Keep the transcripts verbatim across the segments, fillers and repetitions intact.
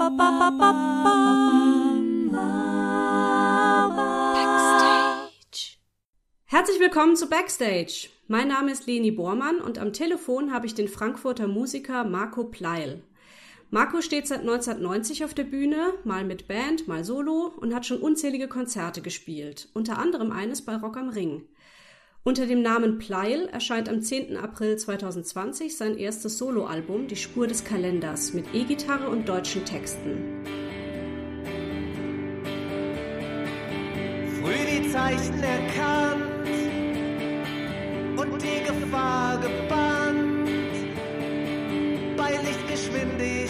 Backstage. Herzlich willkommen zu Backstage. Mein Name ist Leni Bormann und am Telefon habe ich den Frankfurter Musiker Marco Pleil. Marco steht seit neunzehnhundertneunzig auf der Bühne, mal mit Band, mal solo und hat schon unzählige Konzerte gespielt, unter anderem eines bei Rock am Ring. Unter dem Namen Pleil erscheint am zehnten April zweitausendzwanzig sein erstes Soloalbum Die Spur des Kalenders mit E-Gitarre und deutschen Texten. Früh die Zeichen erkannt und die Gefahr gebannt. Bei Lichtgeschwindigkeit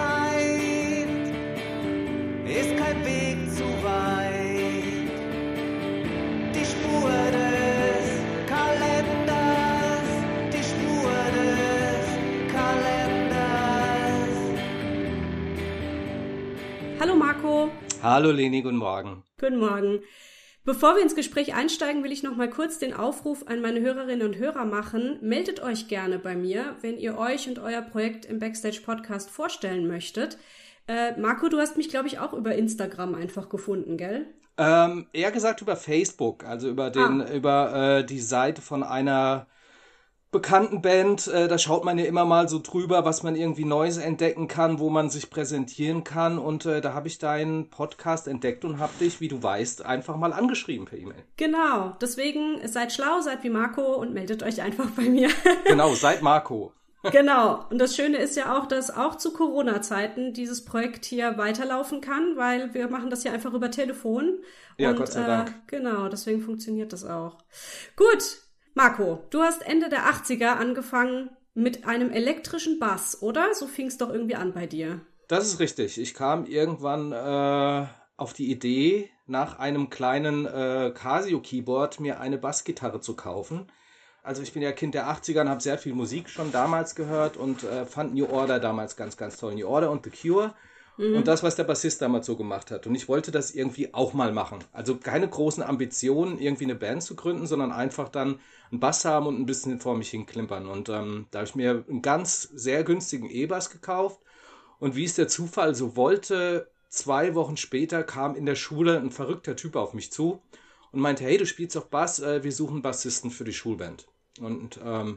ist kein Weg zu weit. Die Spur des Kalenders, die Spur des Kalenders. Hallo Marco. Hallo Leni, guten Morgen. Guten Morgen. Bevor wir ins Gespräch einsteigen, will ich noch mal kurz den Aufruf an meine Hörerinnen und Hörer machen. Meldet euch gerne bei mir, wenn ihr euch und euer Projekt im Backstage-Podcast vorstellen möchtet. Äh, Marco, du hast mich, glaube ich, auch über Instagram einfach gefunden, gell? Ähm, eher gesagt über Facebook, also über den, Ah. über äh, die Seite von einer bekannten Band. Äh, da schaut man ja immer mal so drüber, was man irgendwie Neues entdecken kann, wo man sich präsentieren kann. Und äh, da habe ich deinen Podcast entdeckt und habe dich, wie du weißt, einfach mal angeschrieben per E-Mail. Genau, deswegen seid schlau, seid wie Marco und meldet euch einfach bei mir. Genau, seit Marco. Genau, und das Schöne ist ja auch, dass auch zu Corona-Zeiten dieses Projekt hier weiterlaufen kann, weil wir machen das ja einfach über Telefon. Ja, und, Gott sei äh, Dank. Genau, deswegen funktioniert das auch. Gut, Marco, du hast Ende der achtziger angefangen mit einem elektrischen Bass, oder? So fing es doch irgendwie an bei dir. Das ist richtig. Ich kam irgendwann äh, auf die Idee, nach einem kleinen äh, Casio-Keyboard mir eine Bassgitarre zu kaufen. Also ich bin ja Kind der achtziger und habe sehr viel Musik schon damals gehört und äh, fand New Order damals ganz, ganz toll. New Order und The Cure Mhm. und das, was der Bassist damals so gemacht hat. Und ich wollte das irgendwie auch mal machen. Also keine großen Ambitionen, irgendwie eine Band zu gründen, sondern einfach dann einen Bass haben und ein bisschen vor mich hinklimpern. Und ähm, da habe ich mir einen ganz sehr günstigen E-Bass gekauft. Und wie es der Zufall so wollte, zwei Wochen später kam in der Schule ein verrückter Typ auf mich zu und meinte, hey, du spielst doch Bass, äh, wir suchen Bassisten für die Schulband. Und ähm,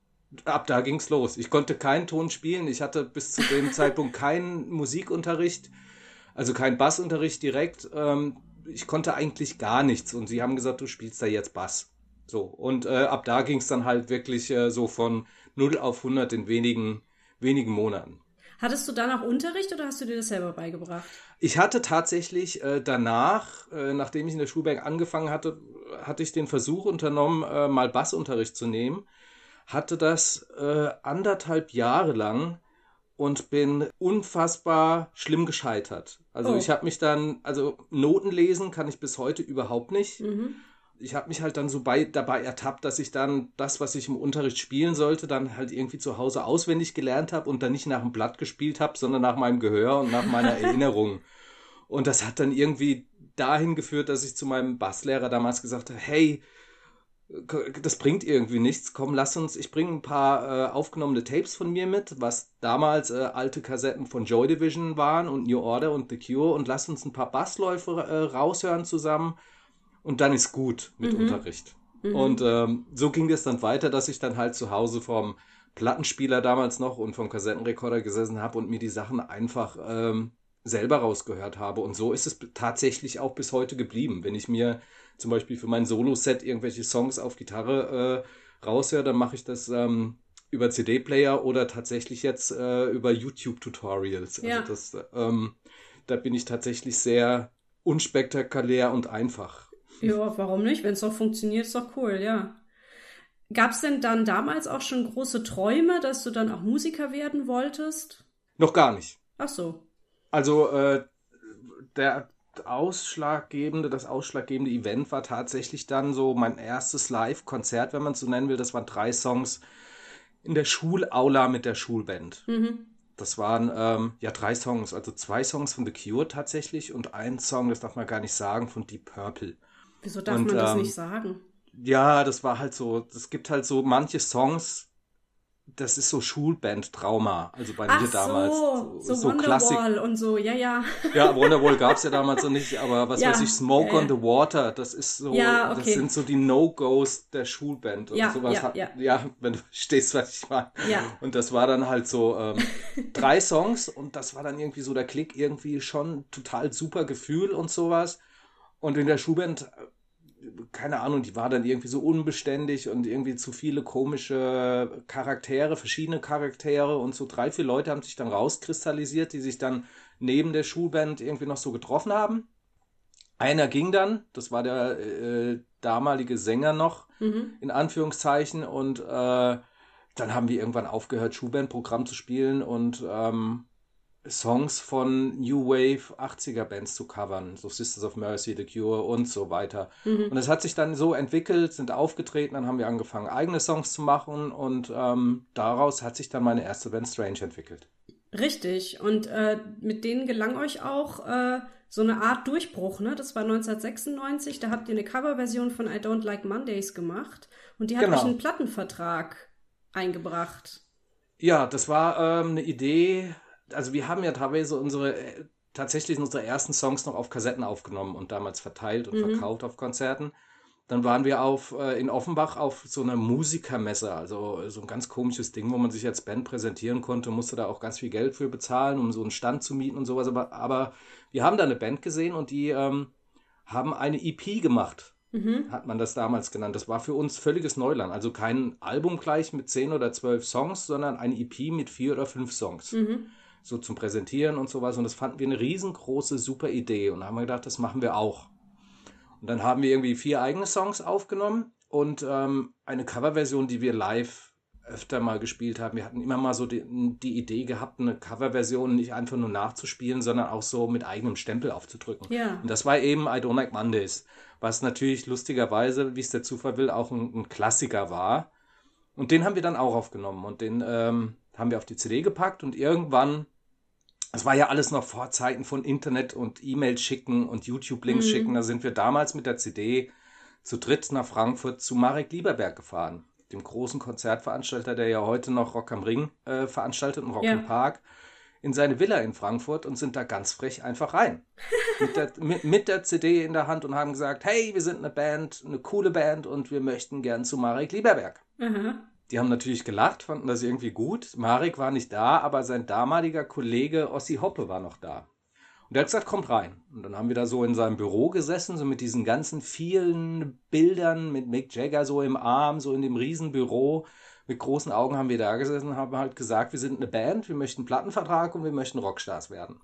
ab da ging's los. Ich konnte keinen Ton spielen, ich hatte bis zu dem Zeitpunkt keinen Musikunterricht, also keinen Bassunterricht direkt. Ähm, ich konnte eigentlich gar nichts und sie haben gesagt, du spielst da jetzt Bass. So, und äh, ab da ging's dann halt wirklich äh, so von null auf hundert in wenigen, wenigen Monaten. Hattest du danach Unterricht oder hast du dir das selber beigebracht? Ich hatte tatsächlich äh, danach, äh, nachdem ich in der Schulbank angefangen hatte, hatte ich den Versuch unternommen, äh, mal Bassunterricht zu nehmen. Hatte das äh, anderthalb Jahre lang und bin unfassbar schlimm gescheitert. Also Oh. ich habe mich dann, also Noten lesen kann ich bis heute überhaupt nicht. Mhm. Ich habe mich halt dann so bei, dabei ertappt, dass ich dann das, was ich im Unterricht spielen sollte, dann halt irgendwie zu Hause auswendig gelernt habe und dann nicht nach dem Blatt gespielt habe, sondern nach meinem Gehör und nach meiner Erinnerung. Und das hat dann irgendwie dahin geführt, dass ich zu meinem Basslehrer damals gesagt habe, hey, das bringt irgendwie nichts, komm, lass uns, ich bringe ein paar äh, aufgenommene Tapes von mir mit, was damals äh, alte Kassetten von Joy Division waren und New Order und The Cure und lass uns ein paar Bassläufe äh, raushören zusammen. Und dann ist gut mit Mhm. Unterricht. Mhm. Und ähm, so ging das dann weiter, dass ich dann halt zu Hause vom Plattenspieler damals noch und vom Kassettenrekorder gesessen habe und mir die Sachen einfach ähm, selber rausgehört habe. Und so ist es b- tatsächlich auch bis heute geblieben. Wenn ich mir zum Beispiel für mein Solo-Set irgendwelche Songs auf Gitarre äh, raushöre, dann mache ich das ähm, über C D-Player oder tatsächlich jetzt äh, über YouTube-Tutorials. Also Ja. das, ähm, da bin ich tatsächlich sehr unspektakulär und einfach. Ja, warum nicht? Wenn es doch funktioniert, ist doch cool, ja. Gab es denn dann damals auch schon große Träume, dass du dann auch Musiker werden wolltest? Noch gar nicht. Ach so. Also äh, der ausschlaggebende, das ausschlaggebende Event war tatsächlich dann so mein erstes Live-Konzert, wenn man es so nennen will. Das waren drei Songs in der Schulaula mit der Schulband. Mhm. Das waren ähm, ja drei Songs, also zwei Songs von The Cure tatsächlich und ein Song, das darf man gar nicht sagen, von Deep Purple. Wieso darf Und, man das ähm, nicht sagen? Ja, das war halt so, es gibt halt so manche Songs, das ist so Schulband-Trauma, also bei Ach mir damals. so, so, so Wonderwall und so, ja, ja. Ja, Wonderwall gab es ja damals noch nicht, aber was Ja, weiß ich, Smoke ja, on ja. the Water, das ist so, Ja, das okay. sind so die No-Gos der Schulband und Ja, sowas ja, hat, ja. ja, wenn du verstehst, was ich meine. Ja. Und das war dann halt so ähm, drei Songs und das war dann irgendwie so der Klick, irgendwie schon total super Gefühl und sowas. Und in der Schulband, keine Ahnung, die war dann irgendwie so unbeständig und irgendwie zu viele komische Charaktere, verschiedene Charaktere und so drei, vier Leute haben sich dann rauskristallisiert, die sich dann neben der Schulband irgendwie noch so getroffen haben. Einer ging dann, das war der äh, damalige Sänger noch, Mhm. in Anführungszeichen, und äh, dann haben wir irgendwann aufgehört, Schulbandprogramm zu spielen und ähm, Songs von New Wave achtziger Bands zu covern, so Sisters of Mercy, The Cure und so weiter. Mhm. Und es hat sich dann so entwickelt, sind aufgetreten, dann haben wir angefangen, eigene Songs zu machen und ähm, daraus hat sich dann meine erste Band Strange entwickelt. Richtig. Und äh, mit denen gelang euch auch äh, so eine Art Durchbruch, ne? Das war neunzehnhundertsechsundneunzig, da habt ihr eine Coverversion von I Don't Like Mondays gemacht und die hat Genau. euch einen Plattenvertrag eingebracht. Ja, das war ähm, eine Idee. Also wir haben ja teilweise unsere, äh, tatsächlich unsere ersten Songs noch auf Kassetten aufgenommen und damals verteilt und Mhm. verkauft auf Konzerten. Dann waren wir auf, äh, in Offenbach auf so einer Musikermesse, also so ein ganz komisches Ding, wo man sich als Band präsentieren konnte, musste da auch ganz viel Geld für bezahlen, um so einen Stand zu mieten und sowas. Aber, aber wir haben da eine Band gesehen und die ähm, haben eine E P gemacht, Mhm. hat man das damals genannt. Das war für uns völliges Neuland. Also kein Album gleich mit zehn oder zwölf Songs, sondern eine E P mit vier oder fünf Songs. Mhm. So zum Präsentieren und sowas. Und das fanden wir eine riesengroße, super Idee. Und da haben wir gedacht, das machen wir auch. Und dann haben wir irgendwie vier eigene Songs aufgenommen und ähm, eine Coverversion, die wir live öfter mal gespielt haben. Wir hatten immer mal so die, die Idee gehabt, eine Coverversion nicht einfach nur nachzuspielen, sondern auch so mit eigenem Stempel aufzudrücken. Ja. Und das war eben I Don't Like Mondays, was natürlich lustigerweise, wie es der Zufall will, auch ein, ein Klassiker war. Und den haben wir dann auch aufgenommen und den ähm, haben wir auf die C D gepackt und irgendwann, es war ja alles noch vor Zeiten von Internet und E-Mails schicken und YouTube-Links Mhm. schicken, da sind wir damals mit der C D zu dritt nach Frankfurt zu Marek Lieberberg gefahren, dem großen Konzertveranstalter, der ja heute noch Rock am Ring äh, veranstaltet und Rock Ja. im Park, in seine Villa in Frankfurt und sind da ganz frech einfach rein. Mit der, mit, mit der C D in der Hand und haben gesagt, hey, wir sind eine Band, eine coole Band und wir möchten gern zu Marek Lieberberg. Aha. Die haben natürlich gelacht, fanden das irgendwie gut. Marek war nicht da, aber sein damaliger Kollege Ossi Hoppe war noch da. Und der hat gesagt, kommt rein. Und dann haben wir da so in seinem Büro gesessen, so mit diesen ganzen vielen Bildern mit Mick Jagger so im Arm, so in dem Riesenbüro. Mit großen Augen haben wir da gesessen und haben halt gesagt, wir sind eine Band, wir möchten einen Plattenvertrag und wir möchten Rockstars werden.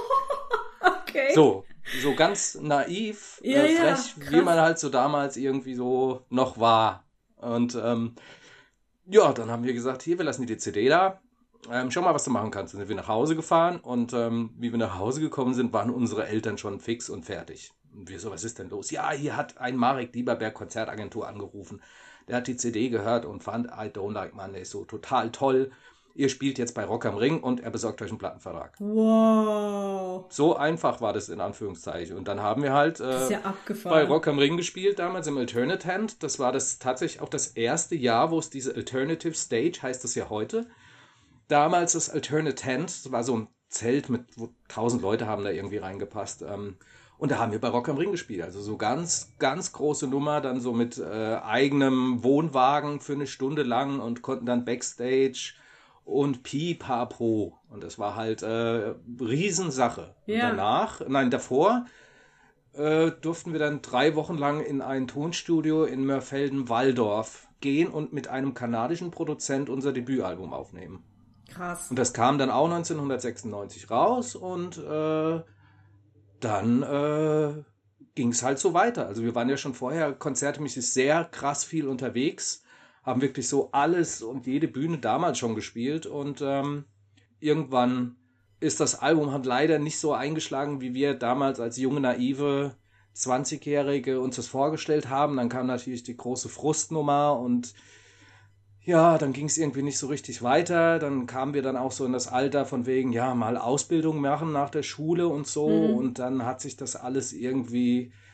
Okay. So, so ganz naiv, Ja, äh, ja, frech, wie krass. man halt so damals irgendwie so noch war. Und ähm, ja, dann haben wir gesagt, hier, wir lassen die C D da. Ähm, schau mal, was du machen kannst. Dann sind wir nach Hause gefahren und ähm, wie wir nach Hause gekommen sind, waren unsere Eltern schon fix und fertig. Und wir so, was ist denn los? Ja, hier hat ein Marek Lieberberg Konzertagentur angerufen. Der hat die C D gehört und fand I Don't Like Mondays so total toll. Ihr spielt jetzt bei Rock am Ring und er besorgt euch einen Plattenvertrag. Wow. So einfach war das in Anführungszeichen. Und dann haben wir halt Das ist äh, ja bei abgefahren. Rock am Ring gespielt, damals im Alternate Hand. Das war das tatsächlich auch das erste Jahr, wo es diese Alternative Stage, heißt das ja heute. Damals das Alternate Hand, das war so ein Zelt mit, wo tausend Leute haben da irgendwie reingepasst. Ähm, und da haben wir bei Rock am Ring gespielt. Also so ganz, ganz große Nummer, dann so mit äh, eigenem Wohnwagen für eine Stunde lang und konnten dann Backstage und Pipapo. Und das war halt äh, Riesensache. Und Ja. danach, nein, davor äh, durften wir dann drei Wochen lang in ein Tonstudio in Mörfelden-Walldorf gehen und mit einem kanadischen Produzent unser Debütalbum aufnehmen. Krass. Und das kam dann auch neunzehnhundertsechsundneunzig raus und äh, dann äh, ging es halt so weiter. Also wir waren ja schon vorher konzertmäßig sehr krass viel unterwegs, haben wirklich so alles und jede Bühne damals schon gespielt und ähm, irgendwann ist das Album halt leider nicht so eingeschlagen, wie wir damals als junge, naive zwanzigjährige uns das vorgestellt haben. Dann kam natürlich die große Frustnummer und ja, dann ging es irgendwie nicht so richtig weiter. Dann kamen wir dann auch so in das Alter von wegen, ja, mal Ausbildung machen nach der Schule und so. Mhm. Und dann hat sich das alles irgendwie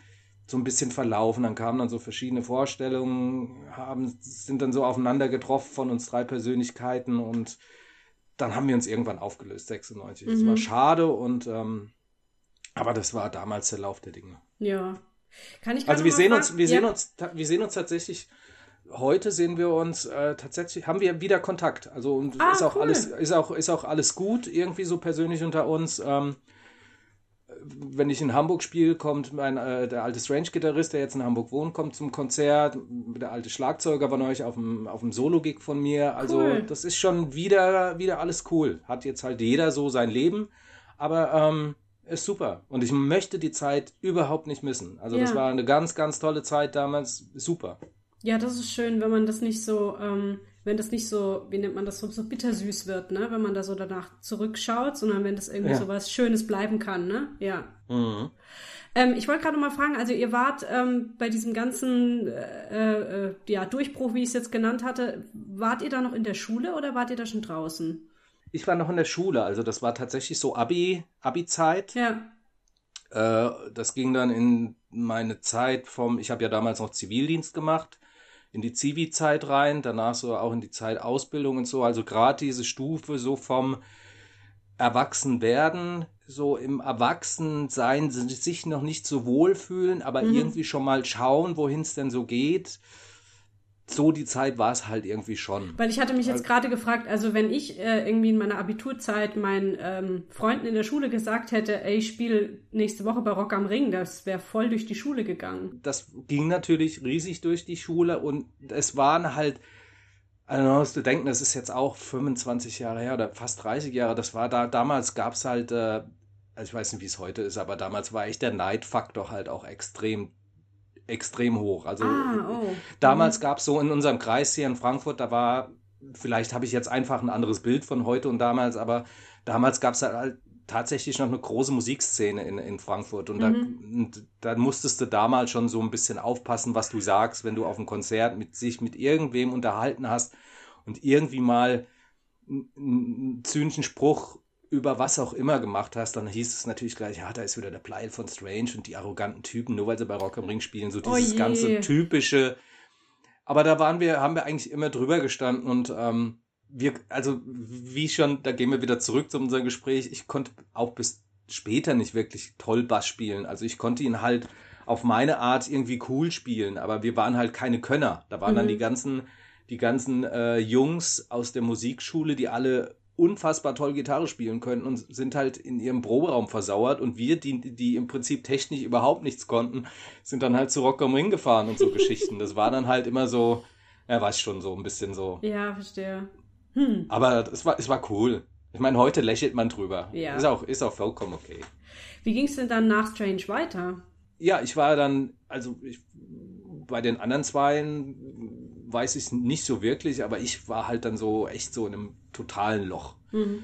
so ein bisschen verlaufen. Dann kamen dann so verschiedene Vorstellungen, haben, sind dann so aufeinander getroffen von uns drei Persönlichkeiten und dann haben wir uns irgendwann aufgelöst, sechsundneunzig. Das Mhm. war schade und ähm, aber das war damals der Lauf der Dinge. Ja. Kann ich Also gerade wir mal sehen fragen? uns, wir ja. sehen uns, ta- wir sehen uns tatsächlich. Heute sehen wir uns äh, tatsächlich, haben wir wieder Kontakt. Also und Ah, ist auch cool. alles, ist auch, ist auch alles gut irgendwie so persönlich unter uns. Ähm, wenn ich in Hamburg spiele, kommt mein äh, der alte Strange-Gitarrist, der jetzt in Hamburg wohnt, kommt zum Konzert. Der alte Schlagzeuger war neulich auf dem auf dem Solo-Gig von mir. Also Cool. das ist schon wieder wieder alles cool. Hat jetzt halt jeder so sein Leben, aber ähm, ist super. Und ich möchte die Zeit überhaupt nicht missen. Also das Ja. war eine ganz, ganz tolle Zeit damals. Super. Ja, das ist schön, wenn man das nicht so, ähm, wenn das nicht so, wie nennt man das, so, so bittersüß wird, ne? Wenn man da so danach zurückschaut, sondern wenn das irgendwie Ja. so was Schönes bleiben kann, ne? Ja. Mhm. Ähm, ich wollte gerade mal fragen, also ihr wart ähm, bei diesem ganzen äh, äh, ja, Durchbruch, wie ich es jetzt genannt hatte, wart ihr da noch in der Schule oder wart ihr da schon draußen? Ich war noch in der Schule, also das war tatsächlich so Abi, Abi-Zeit. Ja. Äh, das ging dann in meine Zeit vom, ich habe ja damals noch Zivildienst gemacht, in die Zivi-Zeit rein, danach so auch in die Zeit Ausbildung und so. Also gerade diese Stufe so vom Erwachsenwerden, so im Erwachsensein sich noch nicht so wohlfühlen, aber Mhm. irgendwie schon mal schauen, wohin es denn so geht. So die Zeit war es halt irgendwie schon. Weil ich hatte mich jetzt Also, gerade gefragt, also wenn ich äh, irgendwie in meiner Abiturzeit meinen ähm, Freunden in der Schule gesagt hätte, ey, ich spiele nächste Woche bei Rock am Ring, das wäre voll durch die Schule gegangen. das ging natürlich riesig durch die Schule und es waren halt, also man musst du denken, das ist jetzt auch fünfundzwanzig Jahre her oder fast dreißig Jahre, das war da, damals gab es halt, äh, also ich weiß nicht, wie es heute ist, aber damals war echt der Neidfaktor halt auch extrem, extrem hoch. Also Ah, oh. damals Mhm. gab es so in unserem Kreis hier in Frankfurt, da war, vielleicht habe ich jetzt einfach ein anderes Bild von heute und damals, aber damals gab es halt tatsächlich noch eine große Musikszene in, in Frankfurt und da, Mhm. und da musstest du damals schon so ein bisschen aufpassen, was du sagst, wenn du auf einem Konzert mit sich mit irgendwem unterhalten hast und irgendwie mal einen, einen zynischen Spruch über was auch immer gemacht hast, dann hieß es natürlich gleich, ja, da ist wieder der Pleil von Strange und die arroganten Typen, nur weil sie bei Rock am Ring spielen, so Oh dieses ganze je. typische. Aber da waren wir, haben wir eigentlich immer drüber gestanden und ähm, wir, also wie schon, da gehen wir wieder zurück zu unserem Gespräch, ich konnte auch bis später nicht wirklich toll Bass spielen. Also ich konnte ihn halt auf meine Art irgendwie cool spielen, aber wir waren halt keine Könner. Da waren dann die Mhm. ganzen, die ganzen äh, Jungs aus der Musikschule, die alle unfassbar toll Gitarre spielen können und sind halt in ihrem Proberaum versauert und wir, die, die im Prinzip technisch überhaupt nichts konnten, sind dann halt zu Rock am Ring gefahren und so Geschichten. Das war dann halt immer so, ja, weiß schon, so ein bisschen so. Ja, verstehe. Hm. Aber es war, es war cool. Ich meine, heute lächelt man drüber. Ja. Ist auch, ist auch vollkommen okay. Wie ging es denn dann nach Strange weiter? Ja, ich war dann, also ich, bei den anderen Zweien weiß ich nicht so wirklich, aber ich war halt dann so echt so in einem totalen Loch. Mhm.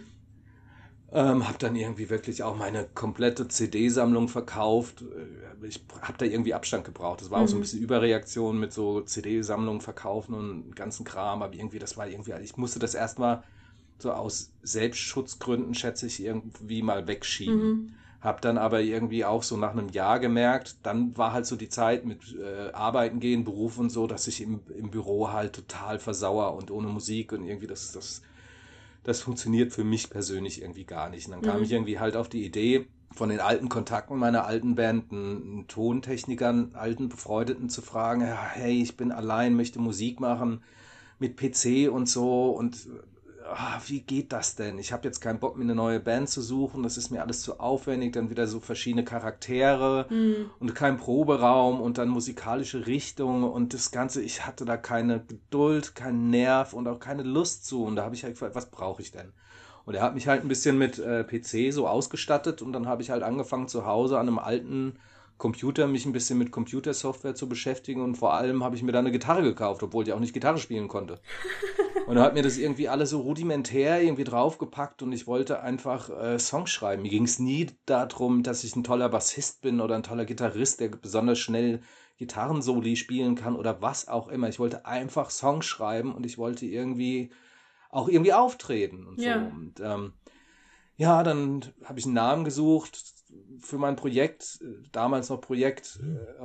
Ähm, hab dann irgendwie wirklich auch meine komplette C D-Sammlung verkauft. Äh, Ich hab da irgendwie Abstand gebraucht. Das war auch so ein Mhm. bisschen Überreaktion mit so C D-Sammlungen verkaufen und ganzen Kram, aber irgendwie, das war irgendwie, ich musste das erstmal so aus Selbstschutzgründen, schätze ich, irgendwie mal wegschieben. Mhm. Hab dann aber irgendwie auch so nach einem Jahr gemerkt, dann war halt so die Zeit mit äh, Arbeiten gehen, Beruf und so, dass ich im, im Büro halt total versauer und ohne Musik und irgendwie das, das, das funktioniert für mich persönlich irgendwie gar nicht. Und dann kam Mhm. ich irgendwie halt auf die Idee, von den alten Kontakten meiner alten Band einen, einen Tontechniker, einen alten Befreundeten zu fragen, ja, hey, ich bin allein, möchte Musik machen mit P C und so und ah, wie geht das denn? Ich habe jetzt keinen Bock, mir eine neue Band zu suchen. Das ist mir alles zu aufwendig. Dann wieder so verschiedene Charaktere Mhm. und kein Proberaum und dann musikalische Richtung und das Ganze. Ich hatte da keine Geduld, keinen Nerv und auch keine Lust zu. Und da habe ich halt gefragt, was brauche ich denn? Und er hat mich halt ein bisschen mit äh, P C so ausgestattet und dann habe ich halt angefangen zu Hause an einem alten Computer mich ein bisschen mit Computersoftware zu beschäftigen und vor allem habe ich mir da eine Gitarre gekauft, obwohl ich auch nicht Gitarre spielen konnte. Und er hat mir das irgendwie alles so rudimentär irgendwie draufgepackt und ich wollte einfach äh, Songs schreiben. Mir ging es nie darum, dass ich ein toller Bassist bin oder ein toller Gitarrist, der besonders schnell Gitarrensoli spielen kann oder was auch immer. Ich wollte einfach Songs schreiben und ich wollte irgendwie auch irgendwie auftreten und so. Ja. Und ähm, ja, dann habe ich einen Namen gesucht, für mein Projekt, damals noch Projekt, äh,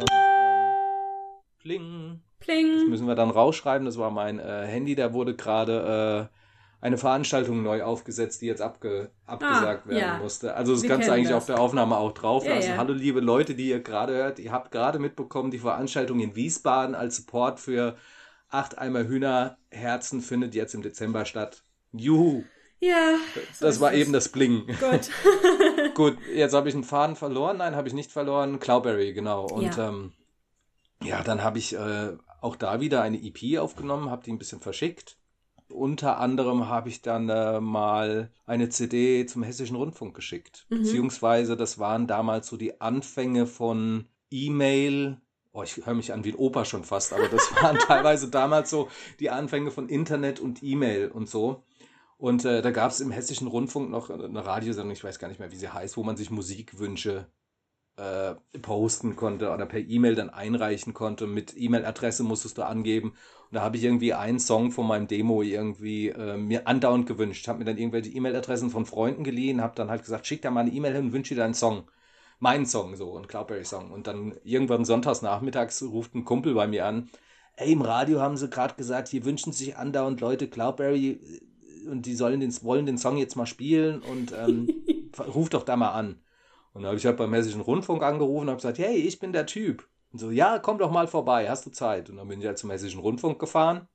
Pling. Pling. Das müssen wir dann rausschreiben. Das war mein äh, Handy. Da wurde gerade äh, eine Veranstaltung neu aufgesetzt, die jetzt abge, abgesagt ah, werden ja. musste. Also das Wir kannst du kennen eigentlich das. auf der Aufnahme auch drauf Ja, lassen. ja. Hallo liebe Leute, die ihr gerade hört. Ihr habt gerade mitbekommen, die Veranstaltung in Wiesbaden als Support für acht Eimer Hühnerherzen findet jetzt im Dezember statt. Juhu! Ja. so Das ist war es. eben das Bling. Gut. Gut, jetzt habe ich einen Faden verloren. Nein, habe ich nicht verloren. Cloudberry, genau. Und Ja. ähm, ja, dann habe ich äh, auch da wieder eine E P aufgenommen, habe die ein bisschen verschickt. Unter anderem habe ich dann äh, mal eine C D zum Hessischen Rundfunk geschickt. Mhm. Beziehungsweise das waren damals so die Anfänge von E-Mail. Oh, ich höre mich an wie ein Opa schon fast, aber das waren teilweise damals so die Anfänge von Internet und E-Mail und so. Und äh, da gab es im Hessischen Rundfunk noch eine Radiosendung, ich weiß gar nicht mehr, wie sie heißt, wo man sich Musikwünsche äh, posten konnte oder per E-Mail dann einreichen konnte. Mit E-Mail-Adresse musstest du angeben. Und da habe ich irgendwie einen Song von meinem Demo irgendwie äh, mir andauernd gewünscht. Habe mir dann irgendwelche E-Mail-Adressen von Freunden geliehen, habe dann halt gesagt, schick da mal eine E-Mail hin und wünsche dir einen Song. Meinen Song so, ein Cloudberry-Song. Und dann irgendwann sonntags nachmittags ruft ein Kumpel bei mir an, ey, im Radio haben sie gerade gesagt, hier wünschen sich andauernd Leute Cloudberry und die sollen den, wollen den Song jetzt mal spielen und ähm, ruf doch da mal an. Und dann habe ich halt beim Hessischen Rundfunk angerufen und habe gesagt, hey, ich bin der Typ. Und so, ja, komm doch mal vorbei, hast du Zeit? Und dann bin ich halt zum Hessischen Rundfunk gefahren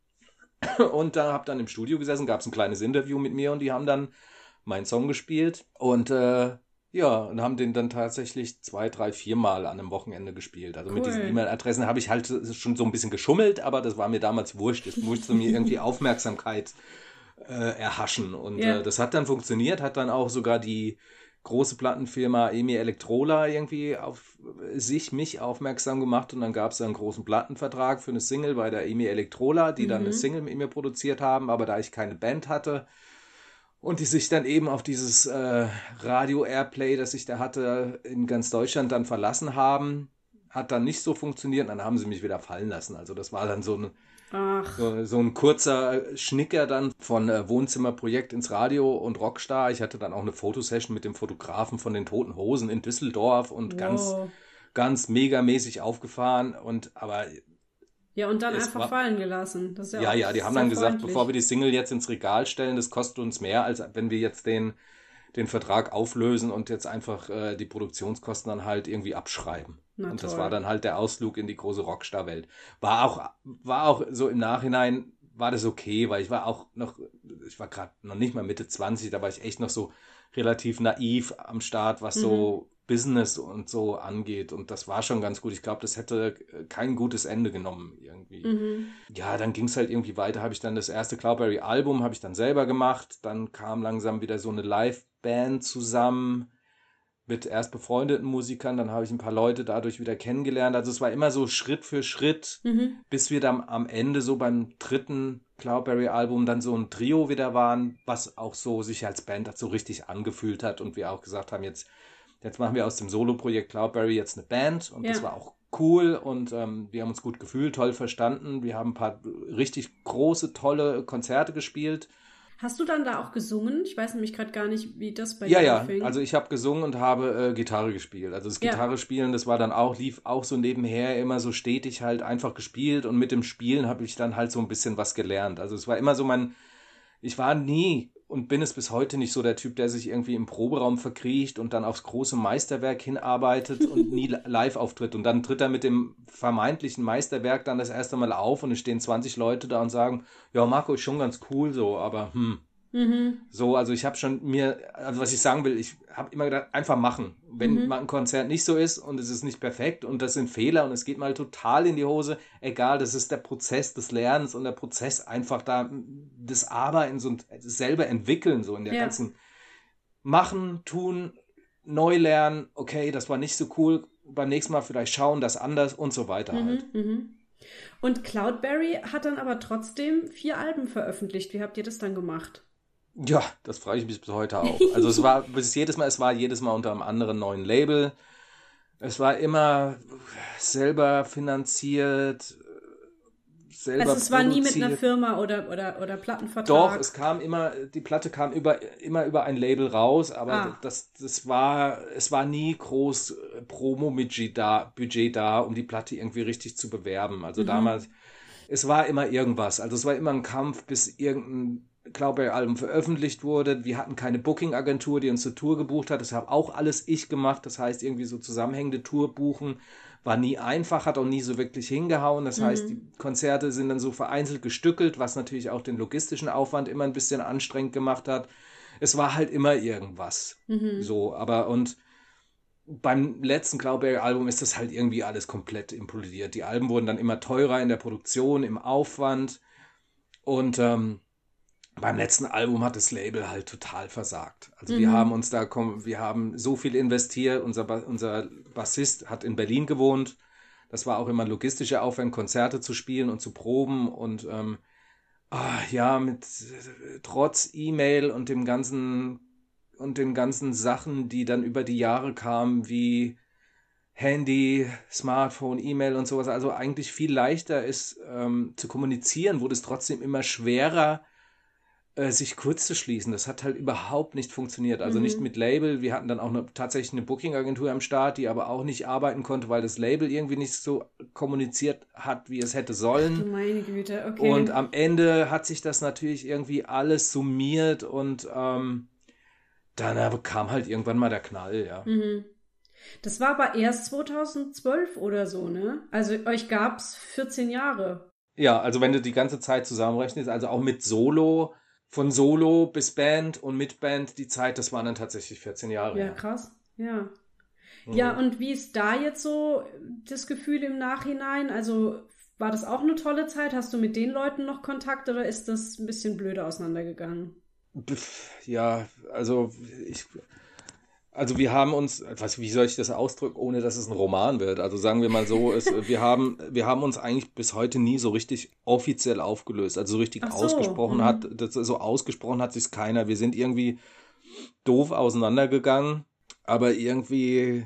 und da habe dann im Studio gesessen, gab es ein kleines Interview mit mir und die haben dann meinen Song gespielt und äh, ja, und haben den dann tatsächlich zwei, drei, vier Mal an einem Wochenende gespielt. Also mit Cool. diesen E-Mail-Adressen habe ich halt schon so ein bisschen geschummelt, aber das war mir damals wurscht. Es musste mir irgendwie Aufmerksamkeit äh, erhaschen. Und Ja. äh, das hat dann funktioniert, hat dann auch sogar die große Plattenfirma EMI Elektrola irgendwie auf sich, mich aufmerksam gemacht. Und dann gab es einen großen Plattenvertrag für eine Single bei der EMI Elektrola, die dann Mhm. eine Single mit mir produziert haben. Aber da ich keine Band hatte, und die sich dann eben auf dieses äh, Radio-Airplay, das ich da hatte, in ganz Deutschland dann verlassen haben, hat dann nicht so funktioniert. Dann haben sie mich wieder fallen lassen. Also das war dann so ein, Ach, so, so ein kurzer Schnicker dann von äh, Wohnzimmerprojekt ins Radio und Rockstar. Ich hatte dann auch eine Fotosession mit dem Fotografen von den Toten Hosen in Düsseldorf und ganz, wow. ganz megamäßig aufgefahren. Und aber Ja, und dann Es einfach war- fallen gelassen. Das ist ja, Ja, auch ja, die haben sehr dann gesagt, freundlich. bevor wir die Single jetzt ins Regal stellen, das kostet uns mehr, als wenn wir jetzt den, den Vertrag auflösen und jetzt einfach äh, die Produktionskosten dann halt irgendwie abschreiben. Na und das toll. war dann halt der Ausflug in die große Rockstar-Welt. War auch, war auch so im Nachhinein, war das okay, weil ich war auch noch, ich war gerade noch nicht mal Mitte zwanzig, da war ich echt noch so relativ naiv am Start, was so Business und so angeht. Und das war schon ganz gut. Ich glaube, das hätte kein gutes Ende genommen irgendwie. Mhm. Ja, dann ging es halt irgendwie weiter. Habe ich dann das erste Cloudberry-Album habe ich dann selber gemacht. Dann kam langsam wieder so eine Live-Band zusammen mit erst befreundeten Musikern. Dann habe ich ein paar Leute dadurch wieder kennengelernt. Also es war immer so Schritt für Schritt, Mhm. bis wir dann am Ende so beim dritten Cloudberry-Album dann so ein Trio wieder waren, was auch so sich als Band so richtig angefühlt hat und wir auch gesagt haben, jetzt, jetzt machen wir aus dem Solo-Projekt Cloudberry jetzt eine Band und Ja. das war auch cool und ähm, wir haben uns gut gefühlt, toll verstanden. Wir haben ein paar richtig große, tolle Konzerte gespielt. Hast du dann da auch gesungen? Ich weiß nämlich gerade gar nicht, wie das bei Ja, dir ja, anfing. also ich habe gesungen und habe äh, Gitarre gespielt. Also das Ja. Gitarre spielen, das war dann auch, lief auch so nebenher immer so stetig halt einfach gespielt und mit dem Spielen habe ich dann halt so ein bisschen was gelernt. Also es war immer so mein, ich war nie und bin es bis heute nicht so der Typ, der sich irgendwie im Proberaum verkriecht und dann aufs große Meisterwerk hinarbeitet und nie li- live auftritt. Und dann tritt er mit dem vermeintlichen Meisterwerk dann das erste Mal auf und es stehen zwanzig Leute da und sagen, ja, Marco ist schon ganz cool so, aber hm. Mhm. So, also ich habe schon mir, also was ich sagen will, ich habe immer gedacht, einfach machen. Wenn Mhm. mal ein Konzert nicht so ist und es ist nicht perfekt und das sind Fehler und es geht mal total in die Hose, egal, das ist der Prozess des Lernens und der Prozess einfach da, das Arbeiten, so ein- das selber entwickeln, so in der Ja. ganzen Machen, tun, neu lernen, okay, das war nicht so cool, beim nächsten Mal vielleicht schauen, das anders und so weiter halt. Mhm. Mhm. Und Cloudberry hat dann aber trotzdem vier Alben veröffentlicht. Wie habt ihr das dann gemacht? Ja, das frage ich mich bis heute auch. Also es war bis jedes Mal, es war jedes Mal unter einem anderen neuen Label. Es war immer selber finanziert. selber Also es war nie mit produziert. einer Firma oder, oder, oder Plattenvertrag? Doch, es kam immer, die Platte kam über, immer über ein Label raus, aber Ah. das, das war, es war nie groß Promo-Budget da, Budget da, um die Platte irgendwie richtig zu bewerben. Also damals, es war immer irgendwas. Also es war immer ein Kampf, bis irgendein Cloudberry-Album veröffentlicht wurde. Wir hatten keine Booking-Agentur, die uns zur Tour gebucht hat. Das habe auch alles ich gemacht. Das heißt, irgendwie so zusammenhängende Tour buchen war nie einfach, hat auch nie so wirklich hingehauen. Das heißt, die Konzerte sind dann so vereinzelt gestückelt, was natürlich auch den logistischen Aufwand immer ein bisschen anstrengend gemacht hat. Es war halt immer irgendwas. So, aber und beim letzten Cloudberry-Album ist das halt irgendwie alles komplett implodiert. Die Alben wurden dann immer teurer in der Produktion, im Aufwand und ähm, beim letzten Album hat das Label halt total versagt. Also wir haben uns da, wir haben so viel investiert. Unser, ba- unser Bassist hat in Berlin gewohnt. Das war auch immer ein logistischer Aufwand, Konzerte zu spielen und zu proben. Und ähm, ah, ja, mit äh, trotz E-Mail und dem ganzen und den ganzen Sachen, die dann über die Jahre kamen, wie Handy, Smartphone, E-Mail und sowas. Also eigentlich viel leichter ist ähm, zu kommunizieren, wurde es trotzdem immer schwerer, äh, sich kurz zu schließen. Das hat halt überhaupt nicht funktioniert. Also nicht mit Label. Wir hatten dann auch eine, tatsächlich eine Booking-Agentur am Start, die aber auch nicht arbeiten konnte, weil das Label irgendwie nicht so kommuniziert hat, wie es hätte Du sollen. meine Güte, okay. Und am Ende hat sich das natürlich irgendwie alles summiert und ähm, dann äh, kam halt irgendwann mal der Knall, ja. Das war aber erst zweitausendzwölf oder so, ne? Also euch gab's vierzehn Jahre. Ja, also wenn du die ganze Zeit zusammenrechnest, also auch mit Solo, von Solo bis Band und mit Band, die Zeit, das waren dann tatsächlich vierzehn Jahre. Ja, Ja. krass. Ja. Ja, und wie ist da jetzt so das Gefühl im Nachhinein? Also war das auch eine tolle Zeit? Hast du mit den Leuten noch Kontakt oder ist das ein bisschen blöde auseinandergegangen? Pff, Ja, also ich, also wir haben uns, was, wie soll ich das ausdrücken, ohne dass es ein Roman wird? Also sagen wir mal so, es, wir haben, wir haben uns eigentlich bis heute nie so richtig offiziell aufgelöst. Also so richtig Ach so, ausgesprochen mhm. hat, das, so ausgesprochen hat sich keiner. Wir sind irgendwie doof auseinandergegangen, aber irgendwie,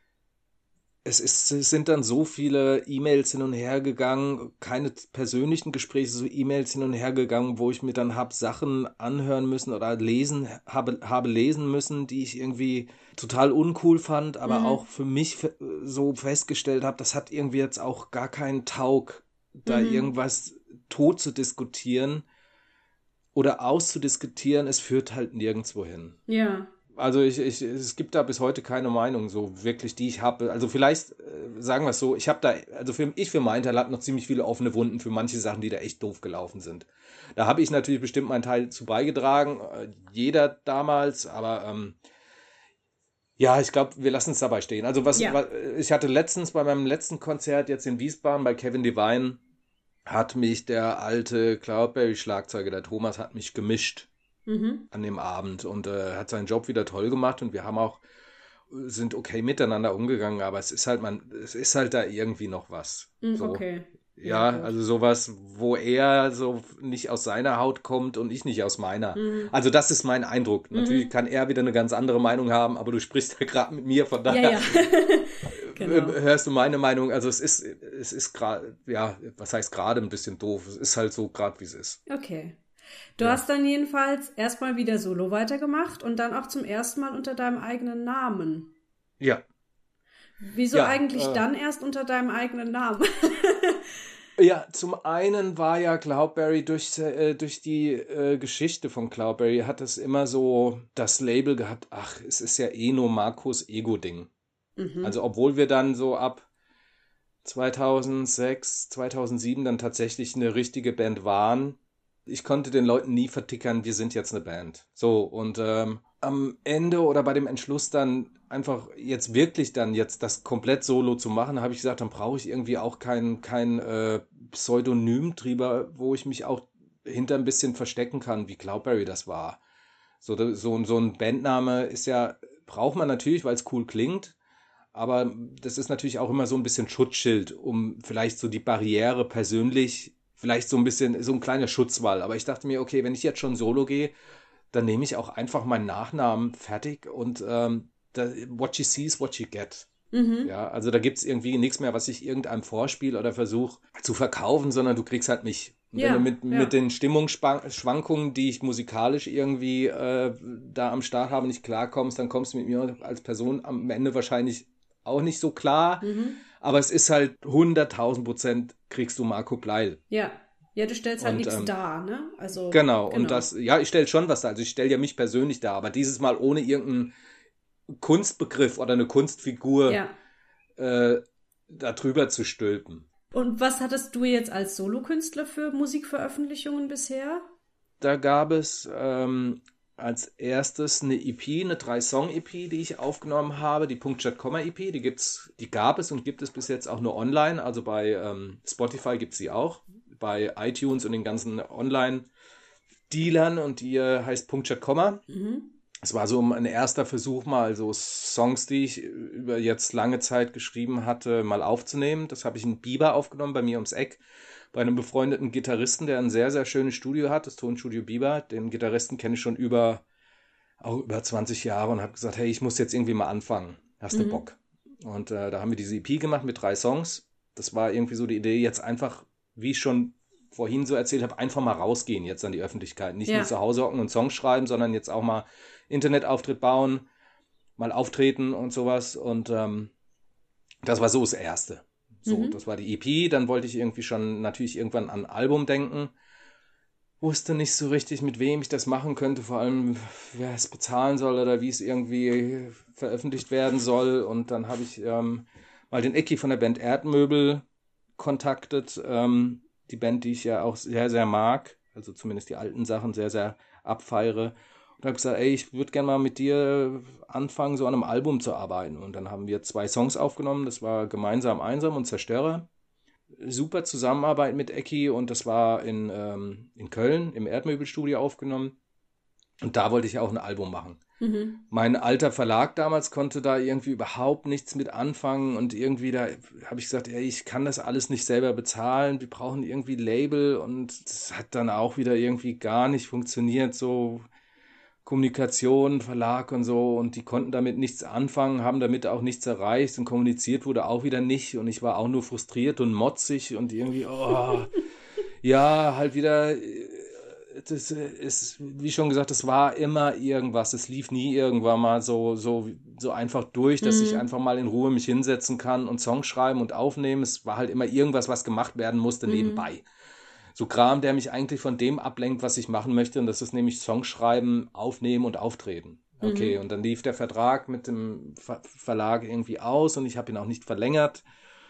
es ist, es sind dann so viele E-Mails hin und her gegangen, keine persönlichen Gespräche, so E-Mails hin und her gegangen, wo ich mir dann hab Sachen anhören müssen oder lesen, habe, habe lesen müssen, die ich irgendwie total uncool fand, aber auch für mich fe- so festgestellt habe, das hat irgendwie jetzt auch gar keinen Taug, da irgendwas tot zu diskutieren oder auszudiskutieren, es führt halt nirgendwo hin. Ja. Also ich, ich, es gibt da bis heute keine Meinung so wirklich, die ich habe. Also vielleicht, äh, sagen wir es so, ich habe da, also für, ich für meinen Teil habe noch ziemlich viele offene Wunden für manche Sachen, die da echt doof gelaufen sind. Da habe ich natürlich bestimmt meinen Teil zu beigetragen, äh, jeder damals, aber ähm, ja, ich glaube, wir lassen es dabei stehen. Also was, Ja. was, ich hatte letztens bei meinem letzten Konzert jetzt in Wiesbaden bei Kevin Devine, hat mich der alte Cloudberry-Schlagzeuger, der Thomas, hat mich gemischt an dem Abend und äh, hat seinen Job wieder toll gemacht und wir haben auch sind okay miteinander umgegangen, aber es ist halt man es ist halt da irgendwie noch was. Mm, So. okay. Ja, gut. also sowas, wo er so nicht aus seiner Haut kommt und ich nicht aus meiner. Also das ist mein Eindruck. Natürlich kann er wieder eine ganz andere Meinung haben, aber du sprichst ja gerade mit mir, von Ja, daher ja. Genau. äh, hörst du meine Meinung. Also es ist es ist gerade, ja, was heißt gerade ein bisschen doof. Es ist halt so gerade, wie es ist. Okay. Du hast dann jedenfalls erstmal wieder solo weitergemacht und dann auch zum ersten Mal unter deinem eigenen Namen. Ja. Wieso Ja, eigentlich äh, dann erst unter deinem eigenen Namen? Ja, zum einen war ja Cloudberry durch, äh, durch die äh, Geschichte von Cloudberry hat es immer so das Label gehabt, ach, es ist ja eh nur Markus Ego-Ding. Also obwohl wir dann so ab zweitausendsechs, zweitausendsieben dann tatsächlich eine richtige Band waren, ich konnte den Leuten nie vertickern, wir sind jetzt eine Band. So, und ähm, am Ende oder bei dem Entschluss dann einfach jetzt wirklich dann jetzt das komplett solo zu machen, habe ich gesagt, dann brauche ich irgendwie auch kein, kein äh, Pseudonym drüber, wo ich mich auch hinter ein bisschen verstecken kann, wie Cloudberry das war. So, da- so, so ein Bandname ist ja, braucht man natürlich, weil es cool klingt, aber das ist natürlich auch immer so ein bisschen Schutzschild, um vielleicht so die Barriere persönlich, vielleicht so ein bisschen, so ein kleiner Schutzwall. Aber ich dachte mir, okay, wenn ich jetzt schon solo gehe, dann nehme ich auch einfach meinen Nachnamen fertig und ähm, da, what you see is what you get. Mhm. Ja, also da gibt es irgendwie nichts mehr, was ich irgendeinem vorspiele oder versuche zu verkaufen, sondern du kriegst halt mich. Und wenn Ja, du mit, ja. mit den Stimmungsschwankungen, die ich musikalisch irgendwie äh, da am Start habe, nicht klarkommst, dann kommst du mit mir als Person am Ende wahrscheinlich auch nicht so klar. Mhm. Aber es ist halt hunderttausend Prozent kriegst du Marco Pleil. Ja. Ja, du stellst halt Und nichts ähm, dar, ne? Also, genau, und genau. das, ja, ich stelle schon was da. Also ich stelle ja mich persönlich dar, aber dieses Mal ohne irgendeinen Kunstbegriff oder eine Kunstfigur Ja. äh, da drüber zu stülpen. Und was hattest du jetzt als Solokünstler für Musikveröffentlichungen bisher? Da gab es ähm, als erstes eine E P, eine drei-Song-E P, die ich aufgenommen habe, die Punkt Komma-E P, die gibt's, die gab es und gibt es bis jetzt auch nur online, also bei ähm, Spotify gibt es sie auch, bei iTunes und den ganzen Online-Dealern und die äh, heißt Punkt Komma. Mhm. Es war so ein erster Versuch mal, so Songs, die ich über jetzt lange Zeit geschrieben hatte, mal aufzunehmen. Das habe ich in Bieber aufgenommen, bei mir ums Eck, bei einem befreundeten Gitarristen, der ein sehr, sehr schönes Studio hat, das Tonstudio Bieber. Den Gitarristen kenne ich schon über, auch über zwanzig Jahre und habe gesagt, hey, ich muss jetzt irgendwie mal anfangen. Hast du Mhm. Bock? Und äh, da haben wir diese E P gemacht mit drei Songs. Das war irgendwie so die Idee, jetzt einfach, wie ich schon vorhin so erzählt habe, einfach mal rausgehen jetzt an die Öffentlichkeit. Nicht Ja. nur zu Hause hocken und Songs schreiben, sondern jetzt auch mal Internetauftritt bauen, mal auftreten und sowas. Und ähm, das war so das Erste. So, Mhm. das war die E P. Dann wollte ich irgendwie schon natürlich irgendwann an ein Album denken. Wusste nicht so richtig, mit wem ich das machen könnte, vor allem wer es bezahlen soll oder wie es irgendwie veröffentlicht werden soll. Und dann habe ich ähm, mal den Ecki von der Band Erdmöbel kontaktet. Ähm, die Band, die ich ja auch sehr, sehr mag. Also zumindest die alten Sachen sehr, sehr abfeiere. Und habe gesagt, ey, ich würde gerne mal mit dir anfangen, so an einem Album zu arbeiten. Und dann haben wir zwei Songs aufgenommen. Das war Gemeinsam Einsam und Zerstörer. Super Zusammenarbeit mit Ecki und das war in, ähm, in Köln im Erdmöbelstudio aufgenommen. Und da wollte ich auch ein Album machen. Mhm. Mein alter Verlag damals konnte da irgendwie überhaupt nichts mit anfangen und irgendwie da habe ich gesagt, ey, ich kann das alles nicht selber bezahlen, wir brauchen irgendwie Label und das hat dann auch wieder irgendwie gar nicht funktioniert, so Kommunikation, Verlag und so und die konnten damit nichts anfangen, haben damit auch nichts erreicht und kommuniziert wurde auch wieder nicht und ich war auch nur frustriert und motzig und irgendwie, oh, ja, halt wieder, das ist, wie schon gesagt, es war immer irgendwas, es lief nie irgendwann mal so, so, so einfach durch, dass Mhm. ich einfach mal in Ruhe mich hinsetzen kann und Songs schreiben und aufnehmen, es war halt immer irgendwas, was gemacht werden musste Mhm. nebenbei. So Kram, der mich eigentlich von dem ablenkt, was ich machen möchte. Und das ist nämlich Songs schreiben, aufnehmen und auftreten. Okay, Mhm. und dann lief der Vertrag mit dem Ver Verlag irgendwie aus und ich habe ihn auch nicht verlängert.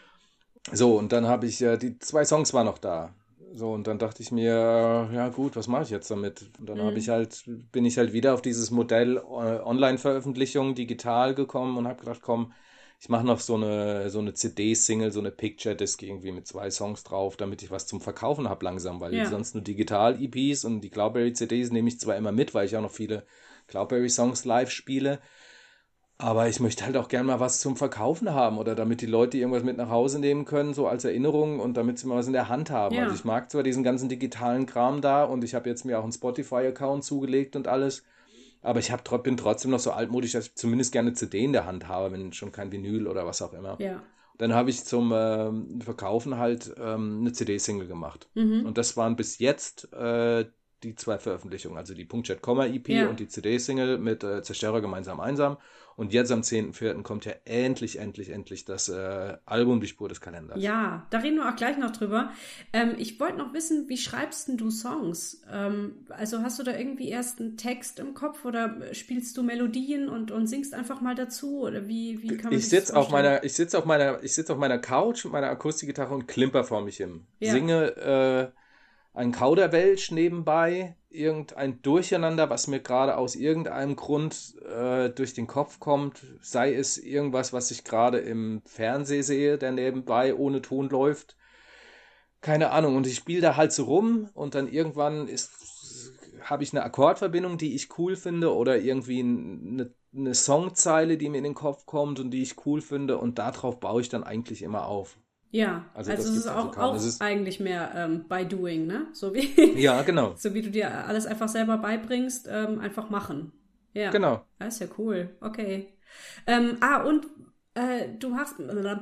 So, und dann habe ich, äh, die zwei Songs waren noch da. So, und dann dachte ich mir, äh, ja gut, was mache ich jetzt damit? Und dann habe ich Mhm. halt, bin ich halt wieder auf dieses Modell äh, Online-Veröffentlichung digital gekommen und habe gedacht, komm, ich mache noch so eine, so eine C D-Single, so eine Picture-Disc irgendwie mit zwei Songs drauf, damit ich was zum Verkaufen habe langsam, weil Ja. sonst nur Digital-E Ps und die Cloudberry-C Ds nehme ich zwar immer mit, weil ich auch noch viele Cloudberry-Songs live spiele, aber ich möchte halt auch gerne mal was zum Verkaufen haben oder damit die Leute irgendwas mit nach Hause nehmen können, so als Erinnerung und damit sie mal was in der Hand haben. Ja. Also ich mag zwar diesen ganzen digitalen Kram da und ich habe jetzt mir auch einen Spotify-Account zugelegt und alles, aber ich hab, bin trotzdem noch so altmodisch, dass ich zumindest gerne C D in der Hand habe, wenn schon kein Vinyl oder was auch immer. Ja. Dann habe ich zum ähm, Verkaufen halt ähm, eine C D-Single gemacht. Mhm. Und das waren bis jetzt äh, die zwei Veröffentlichungen, also die Punkt Komma-E P Ja. und die C D-Single mit äh, Zerstörer gemeinsam einsam. Und jetzt am zehnten vierten kommt ja endlich, endlich, endlich das äh, Album Die Spur des Kalenders. Ja, da reden wir auch gleich noch drüber. Ähm, ich wollte noch wissen, wie schreibst denn du Songs? Ähm, also hast du da irgendwie erst einen Text im Kopf oder spielst du Melodien und, und singst einfach mal dazu? Oder wie, wie kann man Ich sich das sitze auf vorstellen? meiner, ich sitze auf meiner, ich sitze auf meiner Couch mit meiner Akustikgitarre und klimper vor mich hin. Ja. Singe äh, ein Kauderwelsch nebenbei, irgendein Durcheinander, was mir gerade aus irgendeinem Grund äh, durch den Kopf kommt, sei es irgendwas, was ich gerade im Fernsehen sehe, der nebenbei ohne Ton läuft. Keine Ahnung. Und ich spiele da halt so rum und dann irgendwann ist, habe ich eine Akkordverbindung, die ich cool finde oder irgendwie eine, eine Songzeile, die mir in den Kopf kommt und die ich cool finde und darauf baue ich dann eigentlich immer auf. Ja, Also also das es gibt's ist also auch, kaum. auch Es ist, eigentlich mehr ähm, by doing, ne? So wie, ja, genau. so wie du dir alles einfach selber beibringst, ähm, einfach machen. Ja, Genau. das ist ja cool. Okay. Ähm, ah, und Äh, du hast,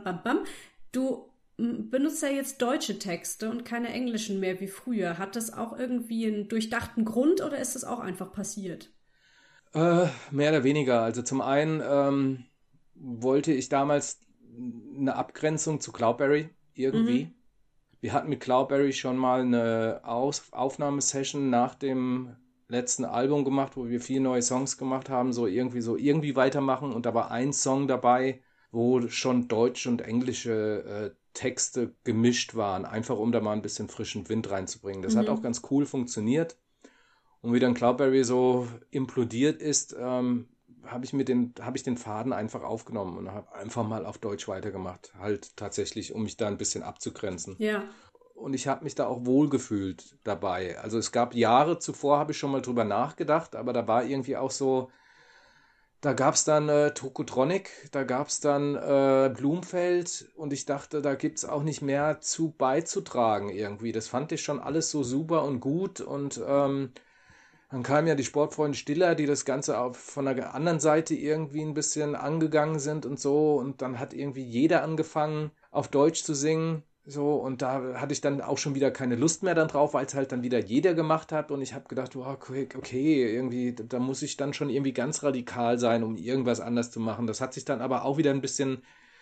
du benutzt ja jetzt deutsche Texte und keine englischen mehr wie früher. Hat das auch irgendwie einen durchdachten Grund oder ist das auch einfach passiert? Äh, mehr oder weniger. Also zum einen ähm, wollte ich damals eine Abgrenzung zu Cloudberry irgendwie. Mhm. Wir hatten mit Cloudberry schon mal eine Aus Aufnahmesession nach dem letzten Album gemacht, wo wir vier neue Songs gemacht haben, so irgendwie so irgendwie weitermachen. Und da war ein Song dabei, wo schon deutsche und englische äh, Texte gemischt waren, einfach um da mal ein bisschen frischen Wind reinzubringen. Das hat auch Mhm. ganz cool funktioniert. Und wie dann Cloudberry so implodiert ist, ähm, habe ich mit den, habe ich den Faden einfach aufgenommen und habe einfach mal auf Deutsch weitergemacht. Halt tatsächlich, um mich da ein bisschen abzugrenzen. Ja. Und ich habe mich da auch wohlgefühlt dabei. Also es gab Jahre zuvor, habe ich schon mal drüber nachgedacht, aber da war irgendwie auch so, da gab es dann äh, Tokotronic, da gab es dann äh, Blumfeld und ich dachte, da gibt es auch nicht mehr zu beizutragen irgendwie. Das fand ich schon alles so super und gut und ähm, dann kamen ja die Sportfreunde Stiller, die das Ganze auch von der anderen Seite irgendwie ein bisschen angegangen sind und so. Und dann hat irgendwie jeder angefangen, auf Deutsch zu singen. So, und da hatte ich dann auch schon wieder keine Lust mehr dann drauf, weil es halt dann wieder jeder gemacht hat. Und ich habe gedacht, wow, okay, okay, irgendwie, da da muss ich dann schon irgendwie ganz radikal sein, um irgendwas anders zu machen. Das hat sich dann aber auch wieder ein bisschen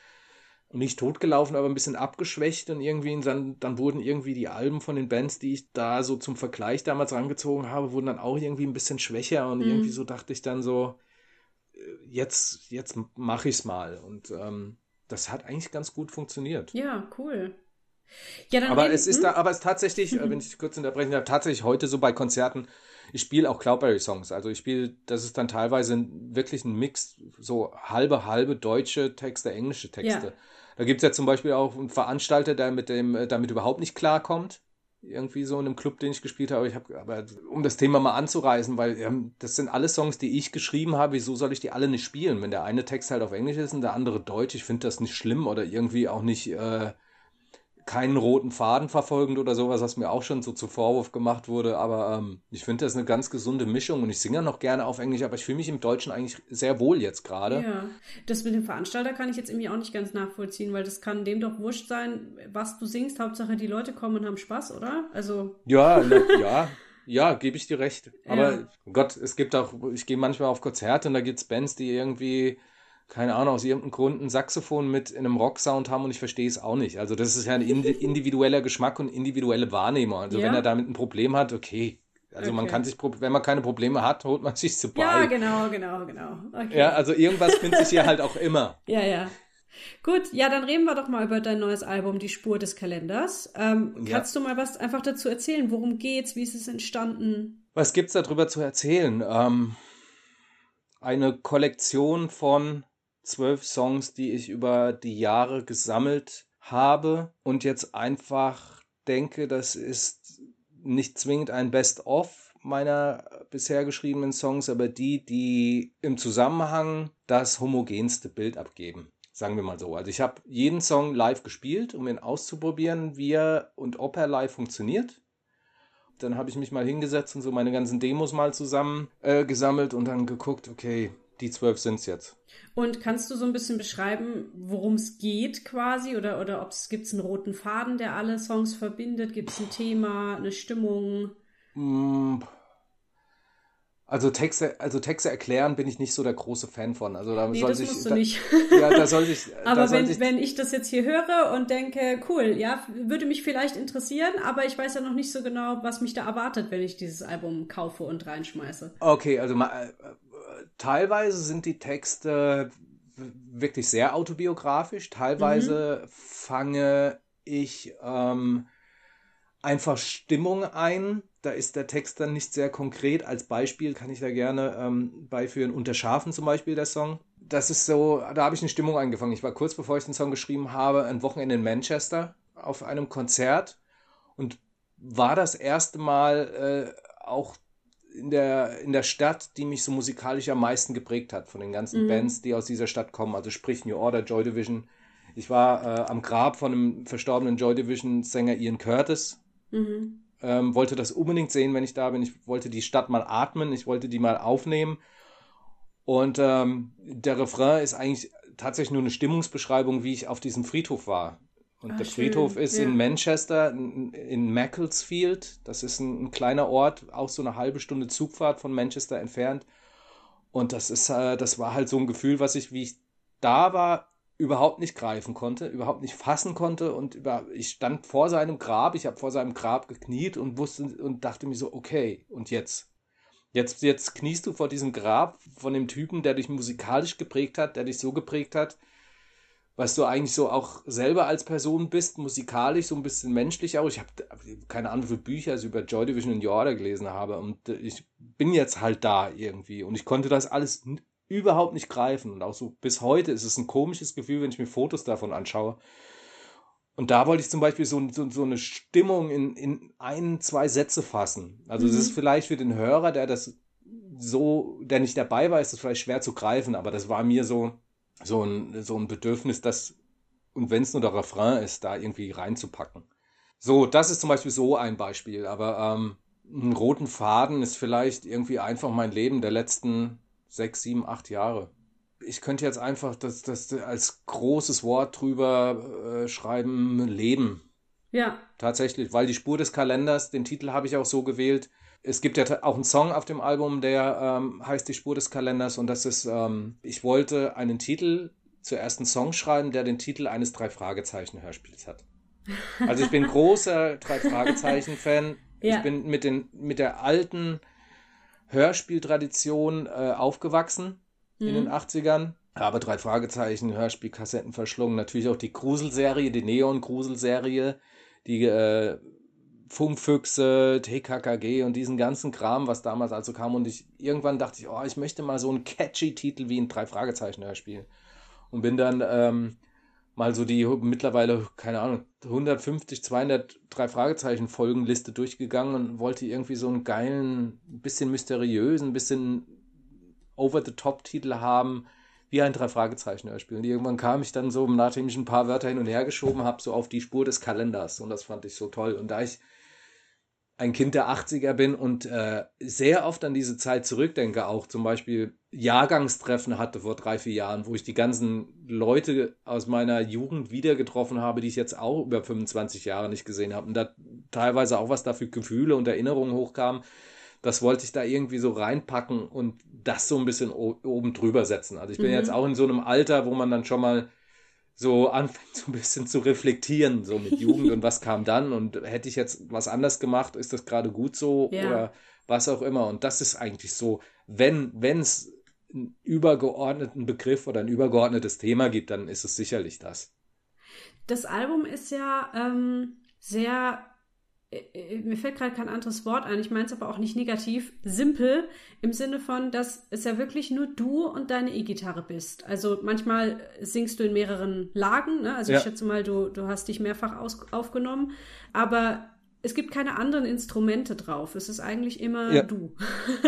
nicht totgelaufen, aber ein bisschen abgeschwächt und irgendwie dann, dann wurden irgendwie die Alben von den Bands, die ich da so zum Vergleich damals rangezogen habe, wurden dann auch irgendwie ein bisschen schwächer und irgendwie Mhm. so dachte ich dann so, äh, jetzt, jetzt mache ich es mal und ähm, das hat eigentlich ganz gut funktioniert. Ja, cool. Ja, dann Aber es reden. ist da, Hm? aber es ist tatsächlich, äh, wenn ich kurz unterbrechen darf, tatsächlich heute so bei Konzerten, ich spiele auch Cloudberry-Songs. Also ich spiele, das ist dann teilweise wirklich ein Mix, so halbe, halbe deutsche Texte, englische Ja. Texte. Da gibt es ja zum Beispiel auch einen Veranstalter, der mit dem, äh, damit überhaupt nicht klarkommt. Irgendwie so in einem Club, den ich gespielt habe. Ich habe, aber um das Thema mal anzureißen, weil ähm, das sind alle Songs, die ich geschrieben habe. Wieso soll ich die alle nicht spielen? Wenn der eine Text halt auf Englisch ist und der andere Deutsch, ich finde das nicht schlimm oder irgendwie auch nicht. Äh, keinen roten Faden verfolgend oder sowas, was mir auch schon so zu Vorwurf gemacht wurde. Aber ähm, ich finde das eine ganz gesunde Mischung und ich singe ja noch gerne auf Englisch, aber ich fühle mich im Deutschen eigentlich sehr wohl jetzt gerade. Ja, das mit dem Veranstalter kann ich jetzt irgendwie auch nicht ganz nachvollziehen, weil das kann dem doch wurscht sein, was du singst. Hauptsache die Leute kommen und haben Spaß, oder? Also, Ja, na, ja, ja, gebe ich dir recht. ja, Aber Gott, es gibt auch, ich gehe manchmal auf Konzerte und da gibt es Bands, die irgendwie, keine Ahnung, aus irgendeinem Grund ein Saxophon mit in einem Rocksound haben und ich verstehe es auch nicht. Also das ist ja ein indi- individueller Geschmack und individuelle Wahrnehmung. Also wenn er ja, damit ein Problem hat, okay. Also man okay. kann sich, Pro- wenn man keine Probleme hat, holt man sich so Ja, bei. genau, genau, genau. Ja, Okay. also irgendwas findet sich hier halt auch immer. Ja, ja. Gut, ja, dann reden wir doch mal über dein neues Album, Die Spur des Kalenders. Ähm, Ja. kannst du mal was einfach dazu erzählen? Worum geht's? Wie ist es entstanden? Was gibt's darüber zu erzählen? Ähm, eine Kollektion von zwölf Songs, die ich über die Jahre gesammelt habe und jetzt einfach denke, das ist nicht zwingend ein Best-of meiner bisher geschriebenen Songs, aber die, die im Zusammenhang das homogenste Bild abgeben. Sagen wir mal so. Also ich habe jeden Song live gespielt, um ihn auszuprobieren, wie er und ob er live funktioniert. Dann habe ich mich mal hingesetzt und so meine ganzen Demos mal zusammen äh, gesammelt und dann geguckt, okay, die zwölf sind es jetzt. Und kannst du so ein bisschen beschreiben, worum es geht quasi? Oder, oder ob es gibt's einen roten Faden, der alle Songs verbindet? Gibt es ein Thema, eine Stimmung? Mm, Also Texte, also Texte erklären bin ich nicht so der große Fan von. Also da Nee, soll das sich, musst du da, nicht. ja, da soll sich, da Aber soll wenn, sich, wenn ich das jetzt hier höre und denke, cool, ja, würde mich vielleicht interessieren, aber ich weiß ja noch nicht so genau, was mich da erwartet, wenn ich dieses Album kaufe und reinschmeiße. okay, also ma- äh, äh, teilweise sind die Texte wirklich sehr autobiografisch. Mhm. Teilweise fange ich ähm, einfach Stimmung ein. Da ist der Text dann nicht sehr konkret. Als Beispiel kann ich da gerne ähm, beiführen. Unter Schafen zum Beispiel der Song. Das ist so, da habe ich eine Stimmung eingefangen. Ich war kurz bevor ich den Song geschrieben habe, ein Wochenende in Manchester auf einem Konzert und war das erste Mal äh, auch in der, in der Stadt, die mich so musikalisch am meisten geprägt hat, von den ganzen Bands, Mhm. die aus dieser Stadt kommen. Also sprich New Order, Joy Division. Ich war äh, am Grab von einem verstorbenen Joy Division-Sänger Ian Curtis. Mhm. Ähm, wollte das unbedingt sehen, wenn ich da bin. Ich wollte die Stadt mal atmen, ich wollte die mal aufnehmen. Und ähm, der Refrain ist eigentlich tatsächlich nur eine Stimmungsbeschreibung, wie ich auf diesem Friedhof war. Und Ah, der schön. Friedhof ist Ja. in Manchester, in, in Macclesfield. Das ist ein, ein kleiner Ort, auch so eine halbe Stunde Zugfahrt von Manchester entfernt. Und das ist, äh, das war halt so ein Gefühl, was ich, wie ich da war, überhaupt nicht greifen konnte, überhaupt nicht fassen konnte. Und über, ich stand vor seinem Grab, ich habe vor seinem Grab gekniet und wusste und dachte mir so, okay, und jetzt? Jetzt, jetzt kniest du vor diesem Grab von dem Typen, der dich musikalisch geprägt hat, der dich so geprägt hat, was du eigentlich so auch selber als Person bist, musikalisch, so ein bisschen menschlich auch. Ich habe keine Ahnung, wie viele Bücher ich über Joy Division und Your Order gelesen habe und ich bin jetzt halt da irgendwie und ich konnte das alles n- überhaupt nicht greifen und auch so bis heute ist es ein komisches Gefühl, wenn ich mir Fotos davon anschaue. Und da wollte ich zum Beispiel so, so, so eine Stimmung in, in ein, zwei Sätze fassen. Also das ist Mhm. vielleicht für den Hörer, der das so, der nicht dabei war, ist das vielleicht schwer zu greifen, aber das war mir so, so ein, so ein Bedürfnis, das, und wenn es nur der Refrain ist, da irgendwie reinzupacken. So, das ist zum Beispiel so ein Beispiel, aber ähm, einen roten Faden ist vielleicht irgendwie einfach mein Leben der letzten sechs, sieben, acht Jahre. Ich könnte jetzt einfach das, das als großes Wort drüber äh, schreiben, Leben. Ja. Tatsächlich, weil die Spur des Kalenders, den Titel habe ich auch so gewählt. Es gibt ja ta- auch einen Song auf dem Album, der ähm, heißt Die Spur des Kalenders und das ist, ähm, ich wollte einen Titel, zuerst einen Song schreiben, der den Titel eines Drei-Fragezeichen-Hörspiels hat. Also ich bin großer Drei-Fragezeichen-Fan. Ich Ja. bin mit den, mit der alten Hörspieltradition äh, aufgewachsen in den Mhm. achtzigern. Habe drei Fragezeichen, Hörspielkassetten verschlungen. Natürlich auch die Gruselserie, die Neon-Gruselserie, die äh, Funkfüchse, T K K G und diesen ganzen Kram, was damals also kam. Und ich irgendwann dachte ich, oh, ich möchte mal so einen catchy Titel wie ein drei Fragezeichen Hörspiel. Und bin dann ähm, mal so die mittlerweile, keine Ahnung, hundertfünfzig, zweihundert drei Fragezeichen Folgenliste durchgegangen und wollte irgendwie so einen geilen, bisschen mysteriösen, bisschen Over-the-Top-Titel haben, wie ein Drei-Fragezeichen-Hörspiel. Und irgendwann kam ich dann so, nachdem ich ein paar Wörter hin und her geschoben habe, so auf die Spur des Kalenders. Und das fand ich so toll. Und da ich ein Kind der achtziger bin und äh, sehr oft an diese Zeit zurückdenke, auch zum Beispiel Jahrgangstreffen hatte vor drei, vier Jahren, wo ich die ganzen Leute aus meiner Jugend wieder getroffen habe, die ich jetzt auch über fünfundzwanzig Jahre nicht gesehen habe. Und da teilweise auch was da für Gefühle und Erinnerungen hochkamen, das wollte ich da irgendwie so reinpacken und das so ein bisschen o- oben drüber setzen. Also ich bin jetzt Mhm. auch in so einem Alter, wo man dann schon mal so anfängt, so ein bisschen zu reflektieren, so mit Jugend und was kam dann und hätte ich jetzt was anders gemacht, ist das gerade gut so Ja. oder was auch immer. Und das ist eigentlich so, wenn wenn es einen übergeordneten Begriff oder ein übergeordnetes Thema gibt, dann ist es sicherlich das. Das Album ist ja ähm, sehr, äh, äh, mir fällt gerade kein anderes Wort ein, ich meine es aber auch nicht negativ, simpel im Sinne von, dass es ja wirklich nur du und deine E-Gitarre bist. Also manchmal singst du in mehreren Lagen, ne? Also ich Ja, schätze mal, du, du hast dich mehrfach aus, aufgenommen, aber es gibt keine anderen Instrumente drauf. Es ist eigentlich immer ja, du.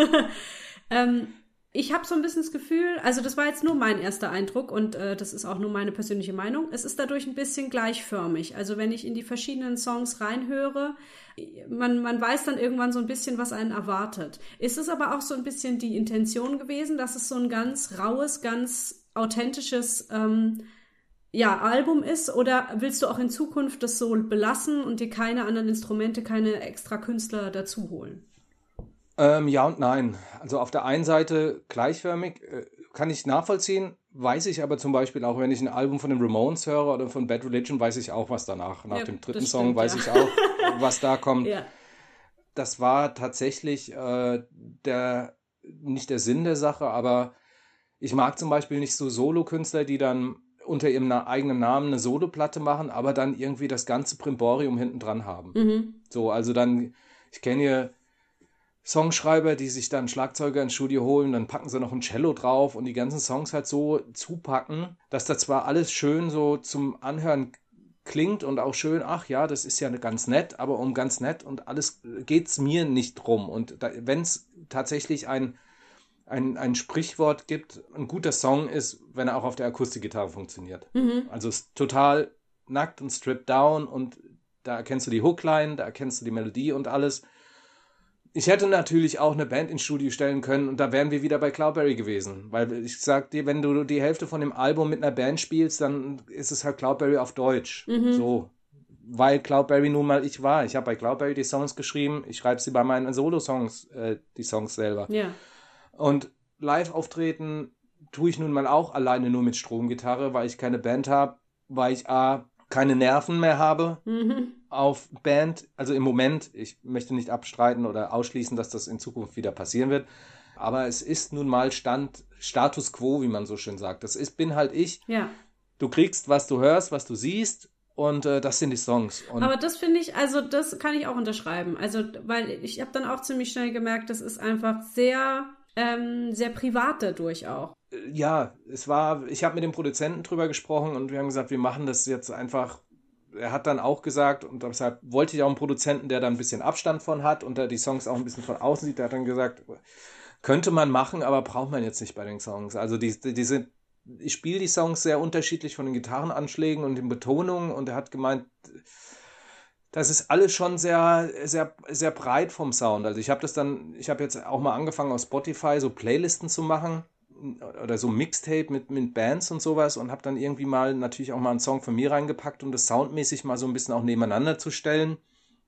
ähm, Ich habe so ein bisschen das Gefühl, also das war jetzt nur mein erster Eindruck und äh, das ist auch nur meine persönliche Meinung. Es ist dadurch ein bisschen gleichförmig. Also wenn ich in die verschiedenen Songs reinhöre, man, man weiß dann irgendwann so ein bisschen, was einen erwartet. Ist es aber auch so ein bisschen die Intention gewesen, dass es so ein ganz raues, ganz authentisches ähm, ja, Album ist? Oder willst du auch in Zukunft das so belassen und dir keine anderen Instrumente, keine extra Künstler dazu holen? ähm, ja und nein. Also auf der einen Seite gleichförmig, äh, kann ich nachvollziehen, weiß ich aber zum Beispiel auch, wenn ich ein Album von den Ramones höre oder von Bad Religion, weiß ich auch, was danach. Nach Ja, dem dritten das Song stimmt, weiß ja. ich auch, was da kommt. Ja. Das war tatsächlich äh, der, nicht der Sinn der Sache, aber ich mag zum Beispiel nicht so Solo-Künstler, die dann unter ihrem na eigenen Namen eine Soloplatte machen, aber dann irgendwie das ganze Brimborium hinten dran haben. Mhm. So, also dann, ich kenne hier Songschreiber, die sich dann Schlagzeuger ins Studio holen, dann packen sie noch ein Cello drauf und die ganzen Songs halt so zupacken, dass das zwar alles schön so zum Anhören klingt und auch schön, ach ja, das ist ja ganz nett, aber um ganz nett und alles geht es mir nicht drum. Und wenn es tatsächlich ein, ein, ein Sprichwort gibt, ein guter Song ist, wenn er auch auf der Akustikgitarre funktioniert. Mhm. Also es ist total nackt und stripped down und da erkennst du die Hookline, da erkennst du die Melodie und alles. Ich hätte natürlich auch eine Band ins Studio stellen können und da wären wir wieder bei Cloudberry gewesen. Weil ich sag dir, wenn du die Hälfte von dem Album mit einer Band spielst, dann ist es halt Cloudberry auf Deutsch. Mhm. So. Weil Cloudberry nun mal ich war. Ich habe bei Cloudberry die Songs geschrieben, ich schreibe sie bei meinen Solo-Songs, äh, die Songs selber. Ja. Und live auftreten tue ich nun mal auch alleine nur mit Stromgitarre, weil ich keine Band habe, weil ich A, keine Nerven mehr habe Mhm. auf Band. Also im Moment, ich möchte nicht abstreiten oder ausschließen, dass das in Zukunft wieder passieren wird. Aber es ist nun mal Stand, Status quo, wie man so schön sagt. Das ist, bin halt ich. Ja. Du kriegst, was du hörst, was du siehst. Und äh, das sind die Songs. Und Aber das finde ich, also das kann ich auch unterschreiben. Also, weil ich habe dann auch ziemlich schnell gemerkt, das ist einfach sehr, ähm, sehr privat dadurch auch. ja, es war, ich habe mit dem Produzenten drüber gesprochen und wir haben gesagt, wir machen das jetzt einfach. Er hat dann auch gesagt, und deshalb wollte ich auch einen Produzenten, der da ein bisschen Abstand von hat und der die Songs auch ein bisschen von außen sieht. Der hat dann gesagt, könnte man machen, aber braucht man jetzt nicht bei den Songs. Also die, die, die sind, ich spiele die Songs sehr unterschiedlich von den Gitarrenanschlägen und den Betonungen und er hat gemeint, das ist alles schon sehr, sehr, sehr breit vom Sound. Also ich habe das dann, ich habe jetzt auch mal angefangen auf Spotify so Playlisten zu machen oder so Mixtape mit, mit Bands und sowas und habe dann irgendwie mal natürlich auch mal einen Song von mir reingepackt, um das soundmäßig mal so ein bisschen auch nebeneinander zu stellen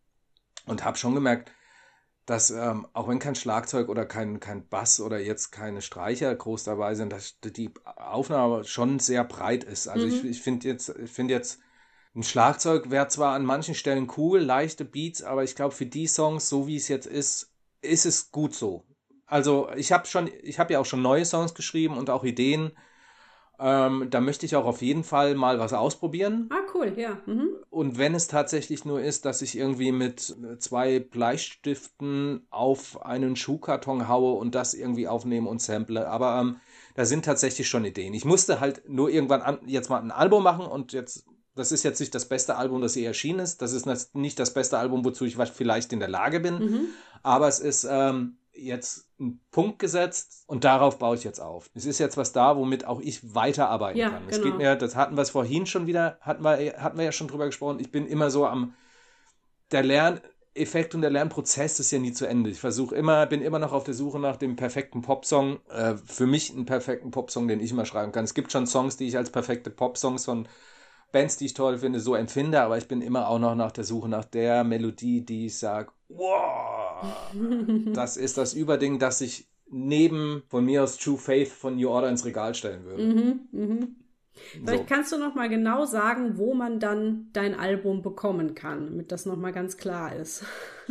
und habe schon gemerkt, dass ähm, auch wenn kein Schlagzeug oder kein, kein Bass oder jetzt keine Streicher groß dabei sind, dass die Aufnahme schon sehr breit ist. Also Mhm. ich, ich finde jetzt, ich finde jetzt, ein Schlagzeug wäre zwar an manchen Stellen cool, leichte Beats, aber ich glaube für die Songs, so wie es jetzt ist, ist es gut so. Also ich habe schon, ich habe ja auch schon neue Songs geschrieben und auch Ideen. Ähm, da möchte ich auch auf jeden Fall mal was ausprobieren. Ah, cool, ja. Mhm. Und wenn es tatsächlich nur ist, dass ich irgendwie mit zwei Bleistiften auf einen Schuhkarton haue und das irgendwie aufnehme und sample. Aber ähm, da sind tatsächlich schon Ideen. Ich musste halt nur irgendwann an, jetzt mal ein Album machen und jetzt, das ist jetzt nicht das beste Album, das je erschienen ist. Das ist nicht das beste Album, wozu ich vielleicht in der Lage bin. Mhm. Aber es ist ähm, jetzt ein Punkt gesetzt und darauf baue ich jetzt auf. Es ist jetzt was da, womit auch ich weiterarbeiten Ja, kann. Es genau. geht mir, das hatten wir es vorhin schon wieder, hatten wir, hatten wir ja schon drüber gesprochen. Ich bin immer so am, der Lerneffekt und der Lernprozess ist ja nie zu Ende. Ich versuche immer, bin immer noch auf der Suche nach dem perfekten Popsong. Äh, für mich einen perfekten Popsong, den ich immer schreiben kann. Es gibt schon Songs, die ich als perfekte Popsongs von Bands, die ich toll finde, so empfinde, aber ich bin immer auch noch nach der Suche nach der Melodie, die ich sage, wow, das ist das Überding, das ich neben von mir aus True Faith von New Order ins Regal stellen würde. Mhm. Mhm. So. Vielleicht kannst du noch mal genau sagen, wo man dann dein Album bekommen kann, damit das noch mal ganz klar ist.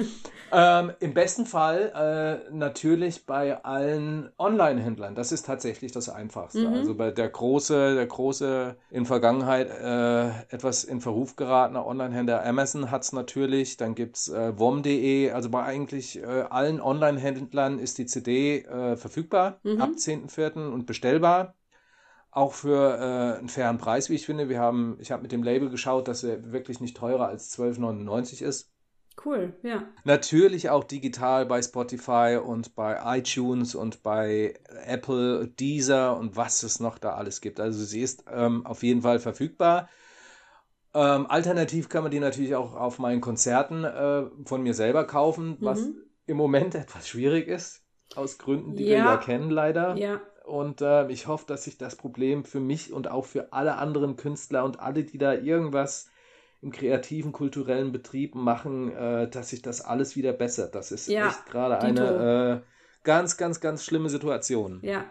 Ähm, im besten Fall äh, natürlich bei allen Online-Händlern. Das ist tatsächlich das Einfachste. Mhm. Also bei der große, der große in Vergangenheit äh, etwas in Verruf geratene Online-Händler Amazon hat es natürlich. Dann gibt es äh, W O M punkt de. Also bei eigentlich äh, allen Online-Händlern ist die C D äh, verfügbar Mhm. ab zehnten vierten und bestellbar. Auch für äh, einen fairen Preis, wie ich finde. Wir haben, ich habe mit dem Label geschaut, dass er wirklich nicht teurer als zwölf neunundneunzig ist. Cool, ja. Natürlich auch digital bei Spotify und bei iTunes und bei Apple, Deezer und was es noch da alles gibt. Also sie ist ähm, auf jeden Fall verfügbar. Ähm, alternativ kann man die natürlich auch auf meinen Konzerten äh, von mir selber kaufen, was Mhm. im Moment etwas schwierig ist, aus Gründen, die wir Ja. ja kennen leider. Ja. Und äh, ich hoffe, dass sich das Problem für mich und auch für alle anderen Künstler und alle, die da irgendwas im kreativen, kulturellen Betrieb machen, äh, dass sich das alles wieder bessert. Das ist Ja, echt gerade dito. eine äh, ganz, ganz, ganz schlimme Situation. Ja.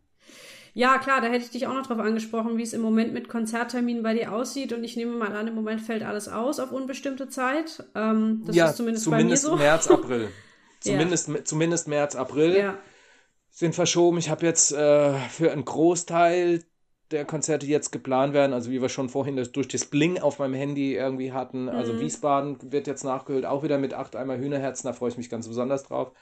Ja, klar, da hätte ich dich auch noch drauf angesprochen, wie es im Moment mit Konzertterminen bei dir aussieht. Und ich nehme mal an, im Moment fällt alles aus auf unbestimmte Zeit. Ähm, das ja, ist zumindest, zumindest bei mir so. März, April. Ja. Zumindest, zumindest März, April Ja. sind verschoben. Ich habe jetzt äh, für einen Großteil der Konzerte, die jetzt geplant werden, also wie wir schon vorhin das, durch das Bling auf meinem Handy irgendwie hatten, also Mhm. Wiesbaden wird jetzt nachgeholt, auch wieder mit acht Eimer Hühnerherzen, da freue ich mich ganz besonders drauf.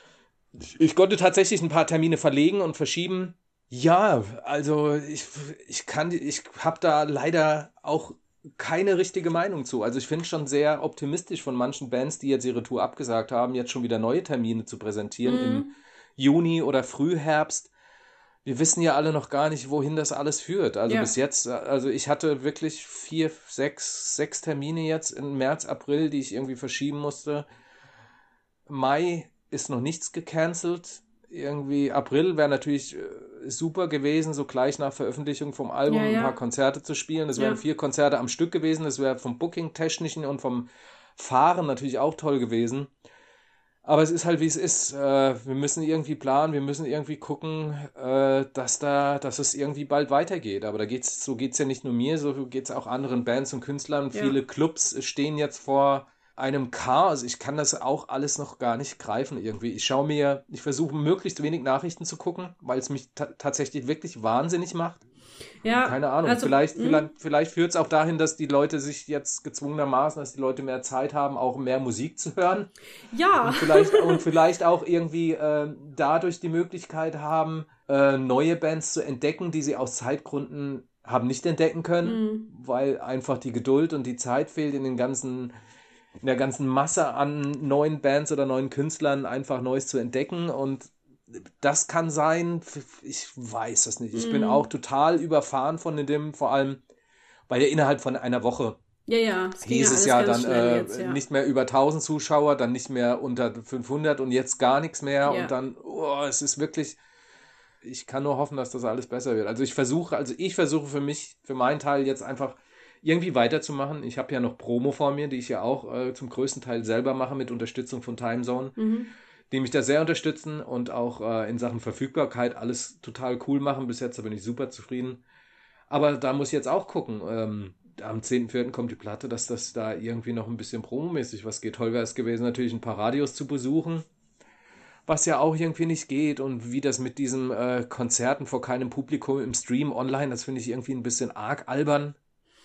Ich konnte tatsächlich ein paar Termine verlegen und verschieben. Ja, also ich, ich kann, ich habe da leider auch keine richtige Meinung zu. Also ich finde es schon sehr optimistisch von manchen Bands, die jetzt ihre Tour abgesagt haben, jetzt schon wieder neue Termine zu präsentieren im Mhm. Juni oder Frühherbst. Wir wissen ja alle noch gar nicht, wohin das alles führt. Also Ja. bis jetzt, also ich hatte wirklich vier, sechs, sechs Termine jetzt im März, April, die ich irgendwie verschieben musste. Mai ist noch nichts gecancelt. Irgendwie April wäre natürlich äh, super gewesen, so gleich nach Veröffentlichung vom Album Ja, ja. ein paar Konzerte zu spielen. Das wären Ja. vier Konzerte am Stück gewesen. Das wäre vom Booking-Technischen und vom Fahren natürlich auch toll gewesen. Aber es ist halt, wie es ist. Äh, wir müssen irgendwie planen, wir müssen irgendwie gucken, äh, dass da, dass es irgendwie bald weitergeht. Aber da geht's, so geht's ja nicht nur mir, so geht's auch anderen Bands und Künstlern. Ja. Viele Clubs stehen jetzt vor einem Chaos. Ich kann das auch alles noch gar nicht greifen irgendwie. Ich schaue mir, ich versuche möglichst wenig Nachrichten zu gucken, weil es mich ta- tatsächlich wirklich wahnsinnig macht. Ja, Keine Ahnung, also, vielleicht, mh. vielleicht, vielleicht führt es auch dahin, dass die Leute sich jetzt gezwungenermaßen, dass die Leute mehr Zeit haben, auch mehr Musik zu hören. Ja. Und vielleicht, und vielleicht auch irgendwie äh, dadurch die Möglichkeit haben, äh, neue Bands zu entdecken, die sie aus Zeitgründen haben nicht entdecken können, Mhm. weil einfach die Geduld und die Zeit fehlt in den ganzen, in der ganzen Masse an neuen Bands oder neuen Künstlern einfach Neues zu entdecken. Und das kann sein, ich weiß das nicht. Ich bin Mhm. auch total überfahren von dem, vor allem, weil ja innerhalb von einer Woche Ja, ja, es ging hieß ja es alles ja ganz dann schnell äh, jetzt, ja. nicht mehr über tausend Zuschauer, dann nicht mehr unter fünfhundert und jetzt gar nichts mehr. Ja. Und dann, oh, es ist wirklich, ich kann nur hoffen, dass das alles besser wird. Also ich versuche, also ich versuche für mich, für meinen Teil jetzt einfach irgendwie weiterzumachen. Ich habe ja noch Promo vor mir, die ich ja auch äh, zum größten Teil selber mache mit Unterstützung von Timezone, Mhm. die mich da sehr unterstützen und auch äh, in Sachen Verfügbarkeit alles total cool machen. Bis jetzt bin ich super zufrieden. Aber da muss ich jetzt auch gucken. Ähm, am zehnten vierten kommt die Platte, dass das da irgendwie noch ein bisschen promomäßig was geht. Toll wäre es gewesen, natürlich ein paar Radios zu besuchen, was ja auch irgendwie nicht geht. Und wie das mit diesen äh, Konzerten vor keinem Publikum im Stream online, das finde ich irgendwie ein bisschen arg albern.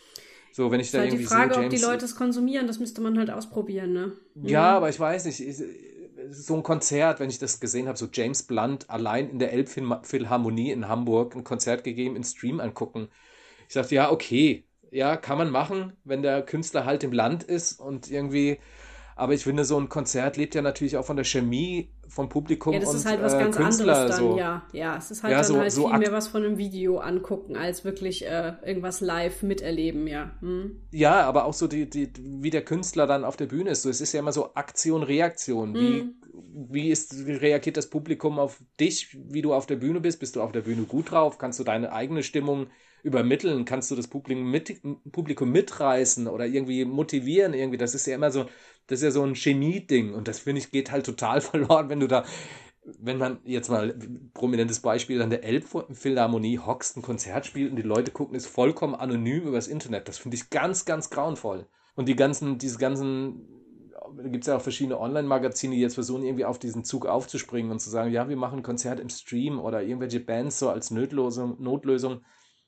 So, wenn ich Ist da halt die irgendwie Frage, sehe, ob die James, Leute es konsumieren, das müsste man halt ausprobieren, ne? ja, aber ich weiß nicht, ich, so ein Konzert, wenn ich das gesehen habe, so James Blunt allein in der Elbphilharmonie in Hamburg ein Konzert gegeben, in Stream angucken. Ich dachte, ja, okay, ja, kann man machen, wenn der Künstler halt im Land ist und irgendwie, aber ich finde, so ein Konzert lebt ja natürlich auch von der Chemie vom Publikum Ja, das und ist halt was äh, ganz Künstler. anderes dann, So. ja. Ja, es ist halt Ja, dann so- halt so viel mehr akt- was von einem Video angucken, als wirklich äh, irgendwas live miterleben, ja. Hm. Ja, aber auch so die, die, wie der Künstler dann auf der Bühne ist. So, es ist ja immer so Aktion, Reaktion. Wie, Mhm. wie, ist, wie reagiert das Publikum auf dich, wie du auf der Bühne bist? Bist du auf der Bühne gut drauf? Kannst du deine eigene Stimmung übermitteln? Kannst du das Publikum, mit, Publikum mitreißen oder irgendwie motivieren? Irgendwie? Das ist ja immer so, das ist ja so ein Chemie-Ding. Und das, finde ich, geht halt total verloren, wenn du da, wenn man jetzt mal prominentes Beispiel an der Elbphilharmonie hockst, ein Konzert spielt und die Leute gucken, ist vollkommen anonym übers Internet. Das finde ich ganz, ganz grauenvoll. Und die ganzen, diese ganzen, da gibt es ja auch verschiedene Online-Magazine, die jetzt versuchen, irgendwie auf diesen Zug aufzuspringen und zu sagen, ja, wir machen ein Konzert im Stream oder irgendwelche Bands so als Notlösung, Notlösung.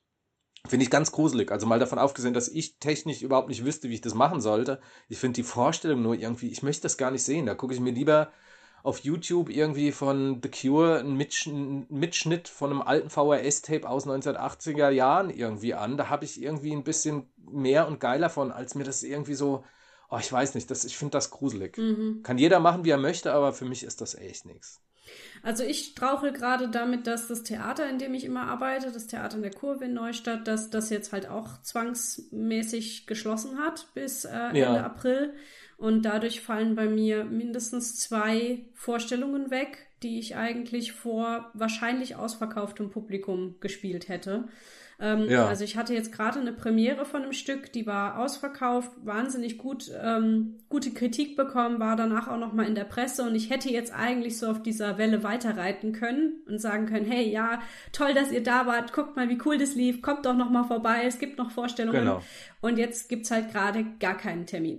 Finde ich ganz gruselig. Also mal davon aufgesehen, dass ich technisch überhaupt nicht wüsste, wie ich das machen sollte. Ich finde die Vorstellung nur irgendwie, ich möchte das gar nicht sehen. Da gucke ich mir lieber auf YouTube irgendwie von The Cure einen Mitsch- einen Mitschnitt von einem alten V H S-Tape aus neunzehnhundertachtziger Jahren irgendwie an. Da habe ich irgendwie ein bisschen mehr und geiler von, als mir das irgendwie so, oh, ich weiß nicht, das, ich finde das gruselig. Mhm. Kann jeder machen, wie er möchte, aber für mich ist das echt nichts. Also ich strauchle gerade damit, dass das Theater, in dem ich immer arbeite, das Theater in der Kurve in Neustadt, dass das jetzt halt auch zwangsmäßig geschlossen hat bis äh, Ende Ja. April. Und dadurch fallen bei mir mindestens zwei Vorstellungen weg, die ich eigentlich vor wahrscheinlich ausverkauftem Publikum gespielt hätte. Ähm, Ja. Also ich hatte jetzt gerade eine Premiere von einem Stück, die war ausverkauft, wahnsinnig gut, ähm, gute Kritik bekommen, war danach auch noch mal in der Presse und ich hätte jetzt eigentlich so auf dieser Welle weiterreiten können und sagen können, hey, ja, toll, dass ihr da wart, guckt mal, wie cool das lief, kommt doch noch mal vorbei, es gibt noch Vorstellungen. Genau. Und jetzt gibt's halt gerade gar keinen Termin.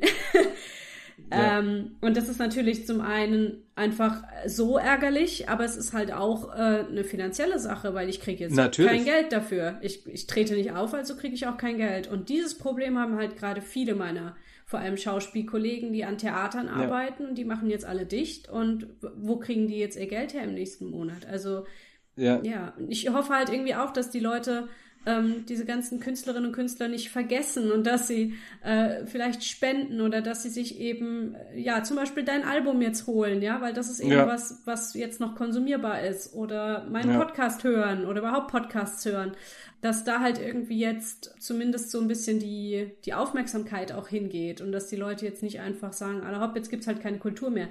Ja. Ähm, und das ist natürlich zum einen einfach so ärgerlich, aber es ist halt auch äh, eine finanzielle Sache, weil ich kriege jetzt Natürlich. kein Geld dafür. Ich, ich trete nicht auf, also kriege ich auch kein Geld. Und dieses Problem haben halt gerade viele meiner, vor allem Schauspielkollegen, die an Theatern Ja. arbeiten und die machen jetzt alle dicht. Und wo kriegen die jetzt ihr Geld her im nächsten Monat? Also Ja. ja, und ich hoffe halt irgendwie auch, dass die Leute ähm, diese ganzen Künstlerinnen und Künstler nicht vergessen und dass sie äh, vielleicht spenden oder dass sie sich eben, äh, ja, zum Beispiel dein Album jetzt holen, ja, weil das ist eben Ja. was, was jetzt noch konsumierbar ist oder meinen Ja. Podcast hören oder überhaupt Podcasts hören, dass da halt irgendwie jetzt zumindest so ein bisschen die, die Aufmerksamkeit auch hingeht und dass die Leute jetzt nicht einfach sagen, alle hopp, jetzt gibt's halt keine Kultur mehr.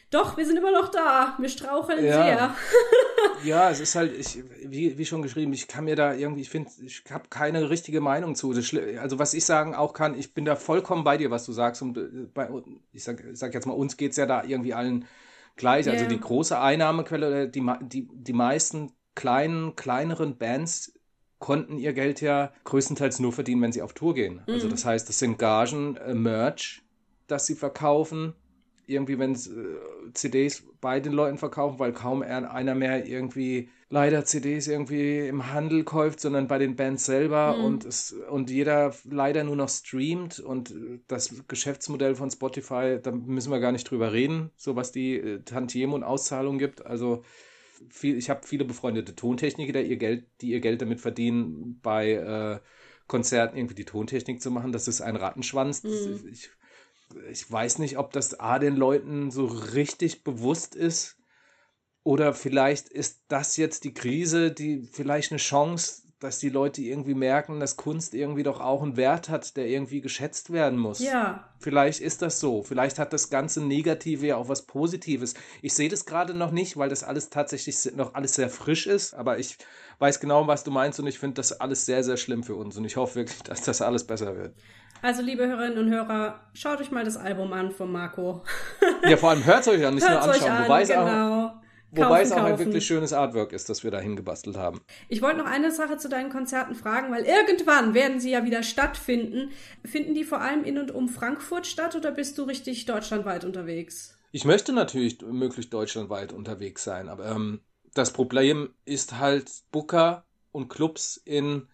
Doch, wir sind immer noch da. Wir straucheln Ja. sehr. Ja, es ist halt, ich, wie, wie schon geschrieben, ich kann mir da irgendwie, ich finde, ich habe keine richtige Meinung zu. Das Schli- Also was ich sagen auch kann, ich bin da vollkommen bei dir, was du sagst. Und äh, bei, ich sag, ich sag jetzt mal, uns geht's ja da irgendwie allen gleich. Also Ja. die große Einnahmequelle, die, ma- die, die meisten kleinen, kleineren Bands konnten ihr Geld ja größtenteils nur verdienen, wenn sie auf Tour gehen. Also das heißt, das sind Gagen, äh, Merch, das sie verkaufen. Irgendwie, wenn äh, C Ds bei den Leuten verkaufen, weil kaum er- einer mehr irgendwie leider C Ds irgendwie im Handel kauft, sondern bei den Bands selber und es und jeder leider nur noch streamt und äh, das Geschäftsmodell von Spotify, da müssen wir gar nicht drüber reden, so was die äh, Tantiemen und Auszahlungen gibt. Also viel, ich habe viele befreundete Tontechniker, die ihr Geld, die ihr Geld damit verdienen, bei äh, Konzerten irgendwie die Tontechnik zu machen. Das ist ein Rattenschwanz. Das, ich, ich weiß nicht, ob das A den Leuten so richtig bewusst ist oder vielleicht ist das jetzt die Krise, die vielleicht eine Chance, dass die Leute irgendwie merken, dass Kunst irgendwie doch auch einen Wert hat, der irgendwie geschätzt werden muss. Ja. Vielleicht ist das so. Vielleicht hat das ganze Negative ja auch was Positives. Ich sehe das gerade noch nicht, weil das alles tatsächlich noch alles sehr frisch ist. Aber ich weiß genau, was du meinst und ich finde das alles sehr, sehr schlimm für uns. Und ich hoffe wirklich, dass das alles besser wird. Also, liebe Hörerinnen und Hörer, schaut euch mal das Album an von Marco. Ja, vor allem hört es euch an, nicht Hört's nur euch anschauen. an, wobei es auch, genau. wobei es auch Kaufen, ein kaufen. wirklich schönes Artwork ist, das wir da hingebastelt haben. Ich wollte noch eine Sache zu deinen Konzerten fragen, weil irgendwann werden sie ja wieder stattfinden. Finden die vor allem in und um Frankfurt statt oder bist du richtig deutschlandweit unterwegs? Ich möchte natürlich möglichst deutschlandweit unterwegs sein, aber ähm, das Problem ist halt Booker und Clubs in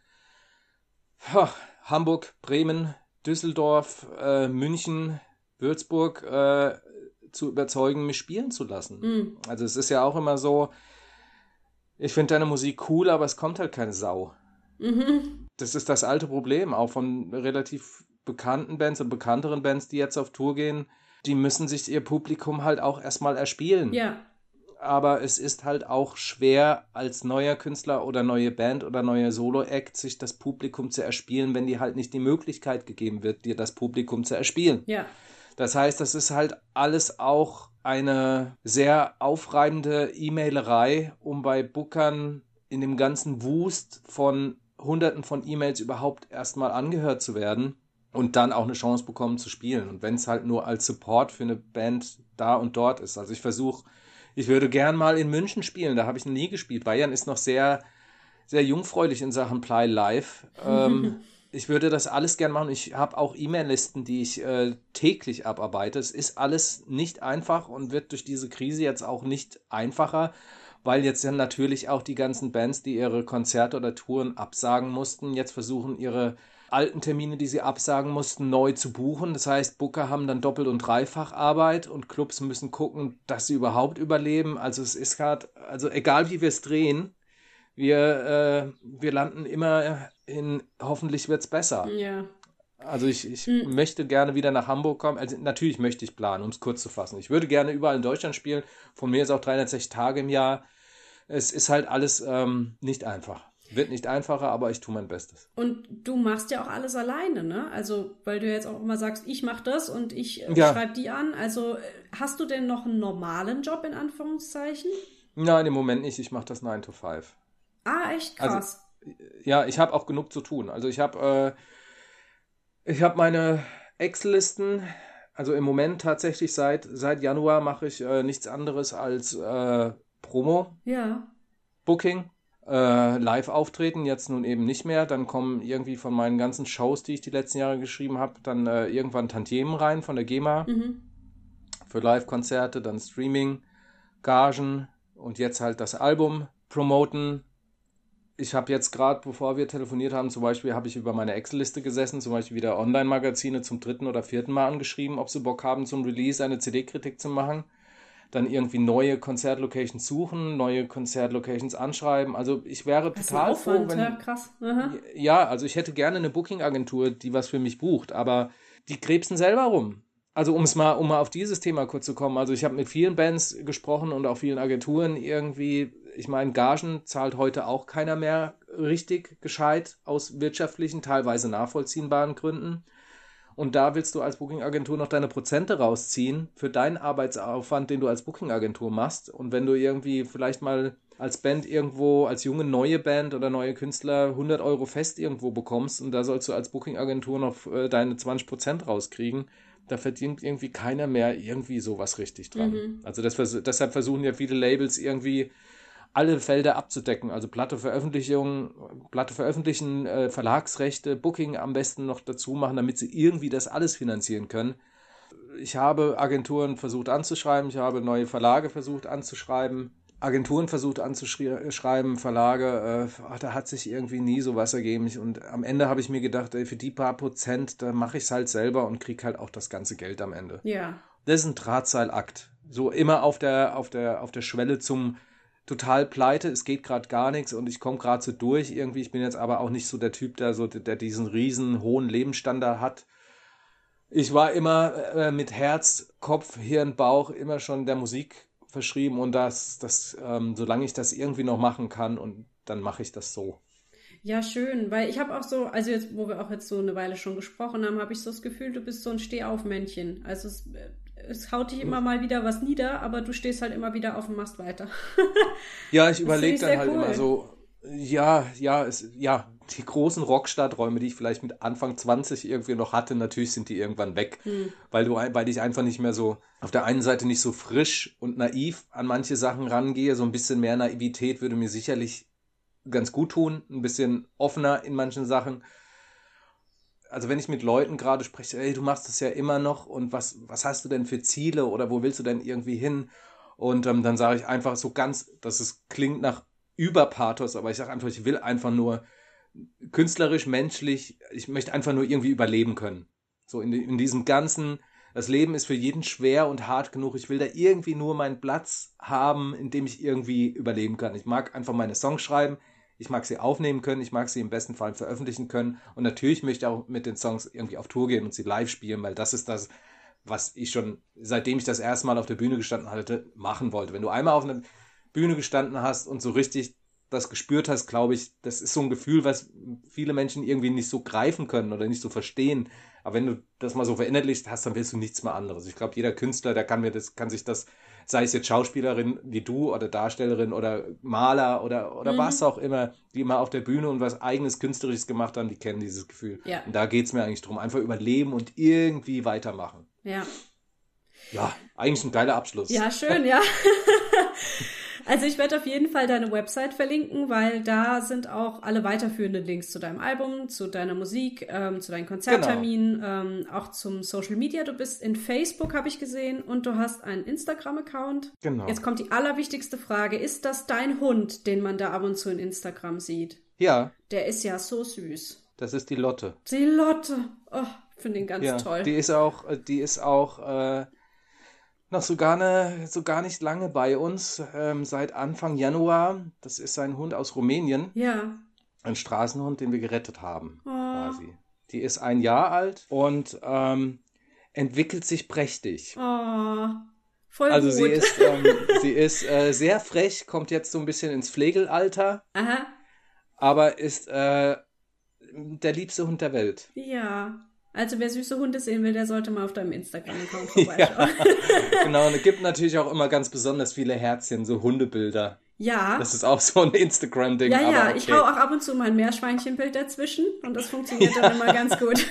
ha, Hamburg, Bremen, Düsseldorf, äh, München, Würzburg äh, zu überzeugen, mich spielen zu lassen. Mhm. Also es ist ja auch immer so, ich finde deine Musik cool, aber es kommt halt keine Sau. Mhm. Das ist das alte Problem, auch von relativ bekannten Bands und bekannteren Bands, die jetzt auf Tour gehen. Die müssen sich ihr Publikum halt auch erstmal erspielen. Ja. Aber es ist halt auch schwer, als neuer Künstler oder neue Band oder neuer Solo-Act sich das Publikum zu erspielen, wenn dir halt nicht die Möglichkeit gegeben wird, dir das Publikum zu erspielen. Ja. Das heißt, das ist halt alles auch eine sehr aufreibende E-Mailerei, um bei Bookern in dem ganzen Wust von Hunderten von E-Mails überhaupt erstmal angehört zu werden und dann auch eine Chance bekommen zu spielen. Und wenn es halt nur als Support für eine Band da und dort ist. Also ich versuche, ich würde gern mal in München spielen, da habe ich noch nie gespielt. Bayern ist noch sehr, sehr jungfräulich in Sachen Play Live. Ähm, ich würde das alles gern machen. Ich habe auch E-Mail-Listen, die ich äh, täglich abarbeite. Es ist alles nicht einfach und wird durch diese Krise jetzt auch nicht einfacher, weil jetzt dann natürlich auch die ganzen Bands, die ihre Konzerte oder Touren absagen mussten, jetzt versuchen, ihre alten Termine, die sie absagen mussten, neu zu buchen. Das heißt, Booker haben dann doppelt und dreifach Arbeit und Clubs müssen gucken, dass sie überhaupt überleben. Also es ist gerade, also egal wie wir es drehen, wir, äh, wir landen immer in, hoffentlich wird es besser. Ja. Also ich, ich möchte gerne wieder nach Hamburg kommen. Also natürlich möchte ich planen, um es kurz zu fassen. Ich würde gerne überall in Deutschland spielen. Von mir ist auch dreihundertsechzig Tage im Jahr. Es ist halt alles ähm, nicht einfach. Wird nicht einfacher, aber ich tue mein Bestes. Und du machst ja auch alles alleine, ne? Also, weil du jetzt auch immer sagst, ich mach das und ich äh, Ja. schreibe die an. Also, äh, hast du denn noch einen normalen Job in Anführungszeichen? Nein, im Moment nicht. Ich mache das nine to five. Ah, echt Also, krass. Ja, ich habe auch genug zu tun. Also ich habe äh, ich habe meine Excel-Listen. Also im Moment tatsächlich seit, seit Januar mache ich äh, nichts anderes als äh, Promo, Ja. Booking, äh, Live-Auftreten, jetzt nun eben nicht mehr. Dann kommen irgendwie von meinen ganzen Shows, die ich die letzten Jahre geschrieben habe, dann äh, irgendwann Tantiemen rein von der GEMA Mhm. für Live-Konzerte, dann Streaming, Gagen und jetzt halt das Album promoten. Ich habe jetzt gerade, bevor wir telefoniert haben, zum Beispiel habe ich über meine Excel-Liste gesessen, zum Beispiel wieder Online-Magazine zum dritten oder vierten Mal angeschrieben, ob sie Bock haben, zum Release eine C D-Kritik zu machen. Dann irgendwie neue Konzertlocations suchen, neue Konzertlocations anschreiben. Also ich wäre Das ist ein total froh, Aufwand, wenn... ja, krass. Aha. Ja, also ich hätte gerne eine Booking-Agentur, die was für mich bucht, aber die krebsen selber rum. Also um es mal, um mal auf dieses Thema kurz zu kommen. Also ich habe mit vielen Bands gesprochen und auch vielen Agenturen irgendwie, ich meine, Gagen zahlt heute auch keiner mehr richtig gescheit aus wirtschaftlichen, teilweise nachvollziehbaren Gründen. Und da willst du als Booking-Agentur noch deine Prozente rausziehen für deinen Arbeitsaufwand, den du als Booking-Agentur machst. Und wenn du irgendwie vielleicht mal als Band irgendwo, als junge neue Band oder neue Künstler hundert Euro fest irgendwo bekommst und da sollst du als Booking-Agentur noch äh, deine zwanzig Prozent rauskriegen, da verdient irgendwie keiner mehr irgendwie sowas richtig dran. Mhm. Also das, deshalb versuchen ja viele Labels irgendwie alle Felder abzudecken, also Platte Veröffentlichung, Platte veröffentlichen, äh, Verlagsrechte, Booking am besten noch dazu machen, damit sie irgendwie das alles finanzieren können. Ich habe Agenturen versucht anzuschreiben, ich habe neue Verlage versucht anzuschreiben, Agenturen versucht anzuschreiben, Verlage, äh, ach, da hat sich irgendwie nie sowas ergeben. Und am Ende habe ich mir gedacht, ey, für die paar Prozent, da mache ich es halt selber und kriege halt auch das ganze Geld am Ende. Ja. Das ist ein Drahtseilakt. So immer auf der, auf der, auf der Schwelle zum total pleite, es geht gerade gar nichts und ich komme gerade so durch irgendwie. Ich bin jetzt aber auch nicht so der Typ, der, so, der diesen riesen hohen Lebensstandard hat. Ich war immer äh, mit Herz, Kopf, Hirn, Bauch immer schon der Musik verschrieben und das, das ähm, solange ich das irgendwie noch machen kann und dann mache ich das so. Ja, schön, weil ich habe auch so, also jetzt, wo wir auch jetzt so eine Weile schon gesprochen haben, habe ich so das Gefühl, du bist so ein Stehaufmännchen. Also es, es haut dich immer mal wieder was nieder, aber du stehst halt immer wieder auf und machst weiter. Ja, ich überlege dann halt cool. immer so, ja, ja, es, ja, die großen Rockstar-Träume, die ich vielleicht mit Anfang zwanzig irgendwie noch hatte, natürlich sind die irgendwann weg, hm. weil du, weil ich einfach nicht mehr so, auf der einen Seite nicht so frisch und naiv an manche Sachen rangehe, so ein bisschen mehr Naivität würde mir sicherlich ganz gut tun, ein bisschen offener in manchen Sachen. Also wenn ich mit Leuten gerade spreche, ey, du machst das ja immer noch und was, was hast du denn für Ziele oder wo willst du denn irgendwie hin? Und ähm, dann sage ich einfach so ganz, dass es klingt nach Überpathos, aber ich sage einfach, ich will einfach nur künstlerisch, menschlich, ich möchte einfach nur irgendwie überleben können. So in, in diesem ganzen, das Leben ist für jeden schwer und hart genug. Ich will da irgendwie nur meinen Platz haben, in dem ich irgendwie überleben kann. Ich mag einfach meine Songs schreiben, ich mag sie aufnehmen können, ich mag sie im besten Fall veröffentlichen können und natürlich möchte ich auch mit den Songs irgendwie auf Tour gehen und sie live spielen, weil das ist das, was ich schon, seitdem ich das erste Mal auf der Bühne gestanden hatte, machen wollte. Wenn du einmal auf einer Bühne gestanden hast und so richtig das gespürt hast, glaube ich, das ist so ein Gefühl, was viele Menschen irgendwie nicht so greifen können oder nicht so verstehen. Aber wenn du das mal so verinnerlicht hast, dann willst du nichts mehr anderes. Ich glaube, jeder Künstler, der kann mir das, kann sich das, sei es jetzt Schauspielerin wie du oder Darstellerin oder Maler oder, oder mhm. was auch immer, die immer auf der Bühne und was eigenes Künstlerisches gemacht haben, die kennen dieses Gefühl. Ja. Und da geht es mir eigentlich drum, einfach überleben und irgendwie weitermachen. Ja. Ja, eigentlich ein geiler Abschluss. Ja, schön, ja. Also ich werde auf jeden Fall deine Website verlinken, weil da sind auch alle weiterführenden Links zu deinem Album, zu deiner Musik, ähm, zu deinen Konzertterminen, genau. ähm, auch zum Social Media. Du bist in Facebook, habe ich gesehen, und du hast einen Instagram-Account. Genau. Jetzt kommt die allerwichtigste Frage. Ist das dein Hund, den man da ab und zu in Instagram sieht? Ja. Der ist ja so süß. Das ist die Lotte. Die Lotte. Oh, finde ihn ganz ja, toll. Die ist auch, die ist auch äh, noch so gar, ne, so gar nicht lange bei uns, ähm, seit Anfang Januar. Das ist ein Hund aus Rumänien. Ja. Ein Straßenhund, den wir gerettet haben, oh. quasi. Die ist ein Jahr alt und ähm, entwickelt sich prächtig. Oh, voll also gut. sie ist, ähm, sie ist äh, sehr frech, kommt jetzt so ein bisschen ins Pflegelalter. Aha. Aber ist äh, der liebste Hund der Welt. Ja. Also wer süße Hunde sehen will, der sollte mal auf deinem Instagram-Account vorbeischauen. Ja, genau, und es gibt natürlich auch immer ganz besonders viele Herzchen, so Hundebilder. Ja. Das ist auch so ein Instagram-Ding. Ja, ja, okay. Ich hau auch ab und zu mal ein Meerschweinchenbild dazwischen und das funktioniert ja. dann immer ganz gut.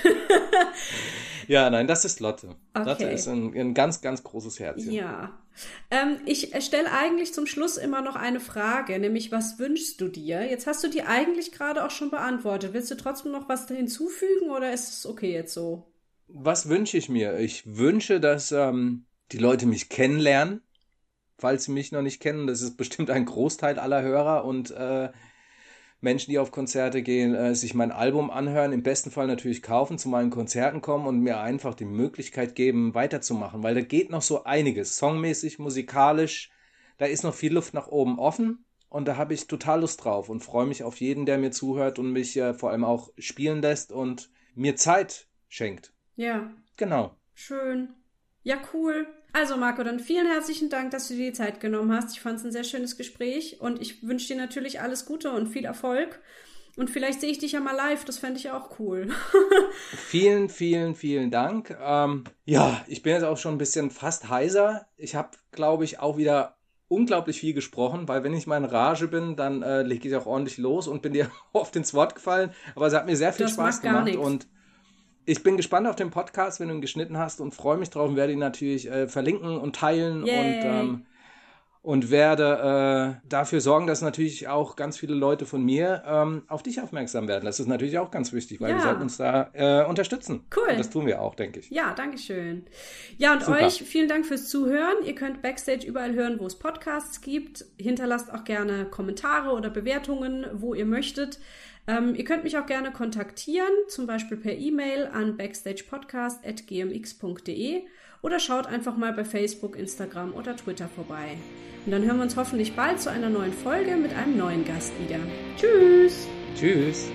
Ja, nein, das ist Lotte. Okay. Lotte ist ein, ein ganz, ganz großes Herzchen. Ja. Ähm, ich stelle eigentlich zum Schluss immer noch eine Frage, nämlich was wünschst du dir? Jetzt hast du die eigentlich gerade auch schon beantwortet. Willst du trotzdem noch was hinzufügen oder ist es okay jetzt so? Was wünsche ich mir? Ich wünsche, dass ähm, die Leute mich kennenlernen, falls sie mich noch nicht kennen. Das ist bestimmt ein Großteil aller Hörer und äh, Menschen, die auf Konzerte gehen, äh, sich mein Album anhören, im besten Fall natürlich kaufen, zu meinen Konzerten kommen und mir einfach die Möglichkeit geben, weiterzumachen, weil da geht noch so einiges, songmäßig, musikalisch, da ist noch viel Luft nach oben offen und da habe ich total Lust drauf und freue mich auf jeden, der mir zuhört und mich äh, vor allem auch spielen lässt und mir Zeit schenkt. Ja. Genau. Schön. Ja, cool. Also Marco, dann vielen herzlichen Dank, dass du dir die Zeit genommen hast. Ich fand es ein sehr schönes Gespräch und ich wünsche dir natürlich alles Gute und viel Erfolg. Und vielleicht sehe ich dich ja mal live, das fände ich auch cool. Vielen, vielen, vielen Dank. Ähm, ja, ich bin jetzt auch schon ein bisschen fast heiser. Ich habe, glaube ich, auch wieder unglaublich viel gesprochen, weil wenn ich mal in Rage bin, dann äh, lege ich auch ordentlich los und bin dir oft ins Wort gefallen. Aber es hat mir sehr viel Das Spaß macht gar gemacht nichts. und ich bin gespannt auf den Podcast, wenn du ihn geschnitten hast und freue mich drauf und werde ihn natürlich äh, verlinken und teilen Yay. und ähm, und werde äh, dafür sorgen, dass natürlich auch ganz viele Leute von mir ähm, auf dich aufmerksam werden. Das ist natürlich auch ganz wichtig, weil Ja. wir sollten uns da äh, unterstützen. Cool. Und das tun wir auch, denke ich. Ja, danke schön. Ja, und Super. euch vielen Dank fürs Zuhören. Ihr könnt Backstage überall hören, wo es Podcasts gibt. Hinterlasst auch gerne Kommentare oder Bewertungen, wo ihr möchtet. Ähm, ihr könnt mich auch gerne kontaktieren, zum Beispiel per E-Mail an backstagepodcast at g m x punkt d e oder schaut einfach mal bei Facebook, Instagram oder Twitter vorbei. Und dann hören wir uns hoffentlich bald zu einer neuen Folge mit einem neuen Gast wieder. Tschüss! Tschüss.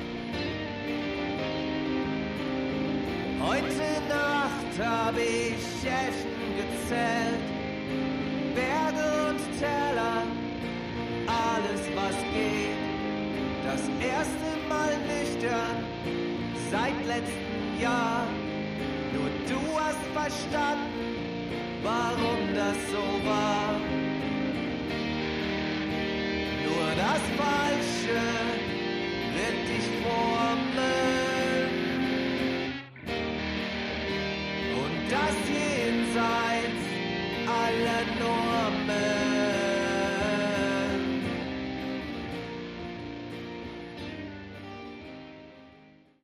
Heute Nacht hab ich Eschen gezählt, Berge und Täler, alles was geht. Das erste Mal nüchtern seit letztem Jahr. Nur du hast verstanden, warum das so war.